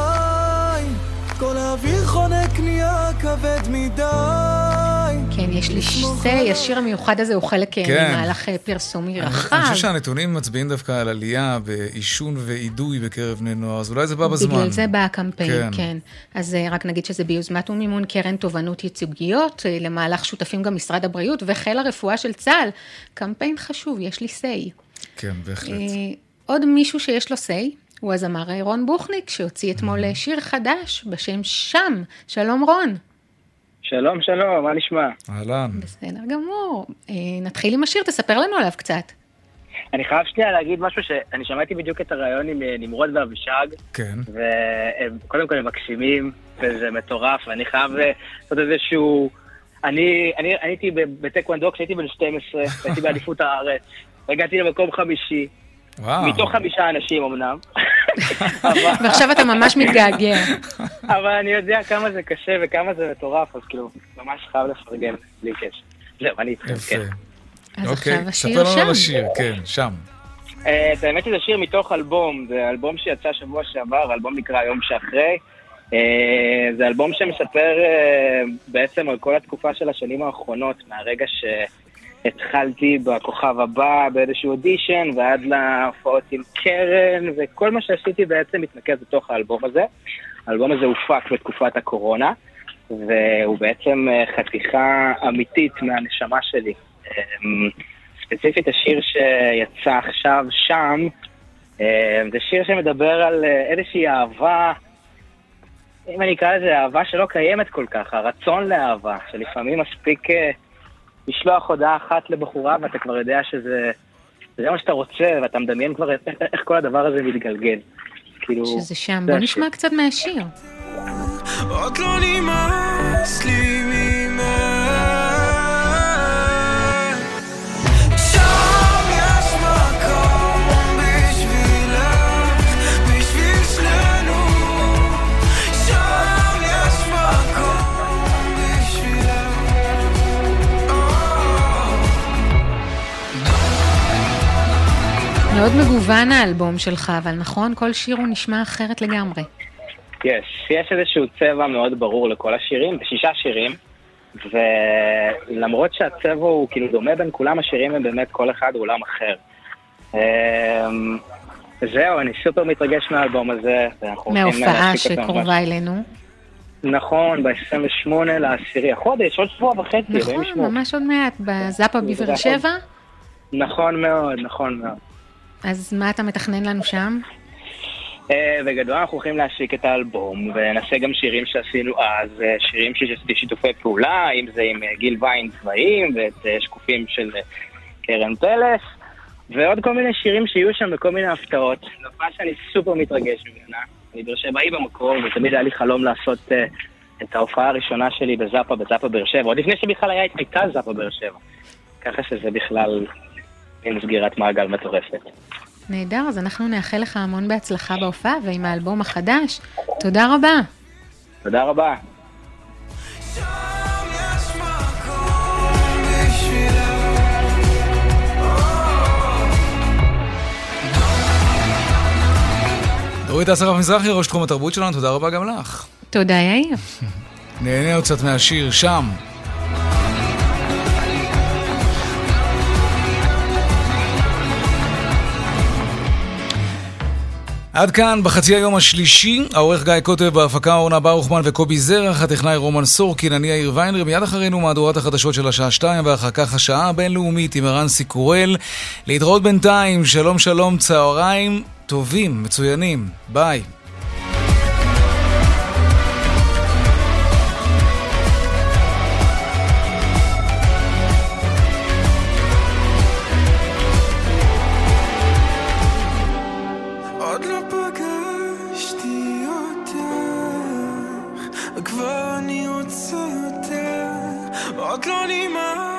כל האוויר חונק נהיה כבד מדי. כן, יש לי say, השיר המיוחד הזה הוא חלק ממהלך פרסומי רחב. אני חושב שהנתונים מצביעים דווקא על עלייה בעישון ואידוי בקרב בני נוער, אז אולי זה בא בזמן. בגלל זה בא הקמפיין, כן. אז רק נגיד שזה ביוזמת ומימון קרן תובענות ייצוגיות, למהלך שותפים גם משרד הבריאות וחיל הרפואה של צה"ל. קמפיין חשוב, יש לי say. כן, בהחלט. עוד מישהו שיש לו say, הוא הזמר רון בוכניק, שהוציא אתמול שיר חדש בשם שם. שלום רון. שלום, שלום, מה נשמע? אהלן. בסדר גמור. נתחיל עם השיר, תספר לנו עליו קצת. אני חייב שנייה להגיד משהו שאני שמעתי בדיוק את הרעיון עם נמרוד ואבישג. כן. וקודם כל הם מקשימים, וזה מטורף, ואני חייב לעשות איזשהו... אני הייתי בטקוונדו כשהייתי בן 12, הייתי באליפות הארץ, הגעתי למקום 5, מתוך 5 אנשים אמנם. ועכשיו אתה ממש מתגעגע. אבל אני יודע כמה זה קשה וכמה זה מטורף, אז כאילו, ממש חייב לפרגן, בלי קשר. זהו, אני איתכם, כן. אז עכשיו השיר שם. ספר לנו על השיר, כן, שם. האמת שזה שיר מתוך אלבום, זה אלבום שיצא שבוע שעבר, אלבום נקרא יום שאחרי. זה אלבום שמספר בעצם על כל התקופה של השנים האחרונות, מהרגע שהתחלתי בכוכב הבא באיזשהו אודישן, ועד להופעות עם קרן, וכל מה שעשיתי בעצם מתנקז בתוך האלבום הזה. האלבום הזה הופק בתקופת הקורונה, והוא בעצם חתיכה אמיתית מהנשמה שלי. ספציפית השיר שיצא עכשיו שם, זה שיר שמדבר על איזושהי אהבה, אם אני אקרא לזה אהבה שלא קיימת כל כך, הרצון לאהבה, שלפעמים מספיק לשלוח הודעה אחת לבחורה ואתה כבר יודע שזה מה שאתה רוצה, ואתה מדמיין כבר איך כל הדבר הזה מתגלגל. שזה שם, בוא נשמע קצת מהשיר. עוד לא נמאס לי ממך, שם יש מקום בשבילך, בשביל שלנו, שם יש מקום בשבילך. מאוד מגוון האלבום שלך, אבל נכון, כל שיר הוא נשמע אחרת לגמרי. יש איזשהו צבע מאוד ברור לכל השירים, 6 שירים, ולמרות שהצבע הוא כאילו דומה בין כולם, השירים הם באמת כל אחד הוא עולם אחר. זהו, אני סופר מתרגש מהאלבום הזה. מההופעה שקרובה אלינו. נכון, ב-28 לעשירי החודש, עוד שבוע וחצי. נכון, ממש עוד מעט, בזאפה בבאר שבע? נכון מאוד, נכון מאוד. אז מה אתה מתכנן לנו שם? בגדול אנחנו הולכים להשיק את האלבום, ונעשה גם שירים שעשינו אז, שירים שעשיתי שיתופי פעולה, אם זה עם גיל ויין צבעים, ואת שקופים של קרן פלס, ועוד כל מיני שירים שיהיו שם בכל מיני הפתעות. זו פעם שאני סופר מתרגש ממנה. אני באר שבעי במקור, ותמיד היה לי חלום לעשות את ההופעה הראשונה שלי בזאפה באר שבע, עוד לפני שבכלל הייתה זאפה באר שבע. ככה שזה בכלל עם סגירת מעגל מטורפת. נהדר, אז אנחנו נאחל לך המון בהצלחה בהופעה ועם האלבום החדש. תודה רבה. תודה רבה. דורית אסרף מזרחי, ראש תחום התרבות שלנו, תודה רבה גם לך. תודה יאיר. נהנה עוד קצת מהשיר שם. עד כאן בחצי היום השלישי, העורך גיא קוטב, בהפקה אורנה ברוכמן וקובי זרח, הטכנאי רומן סורקין, אני יאיר ויינר. מיד אחרינו מהדורת החדשות של השעה 2, ואחר כך השעה הבינלאומית עם ערן סיקורל. להתראות בינתיים, שלום שלום, צהריים טובים, מצוינים, ביי. עוד לא פגשתי אשתי אותך, כבר אני רוצה יותר, עוד לא נמאס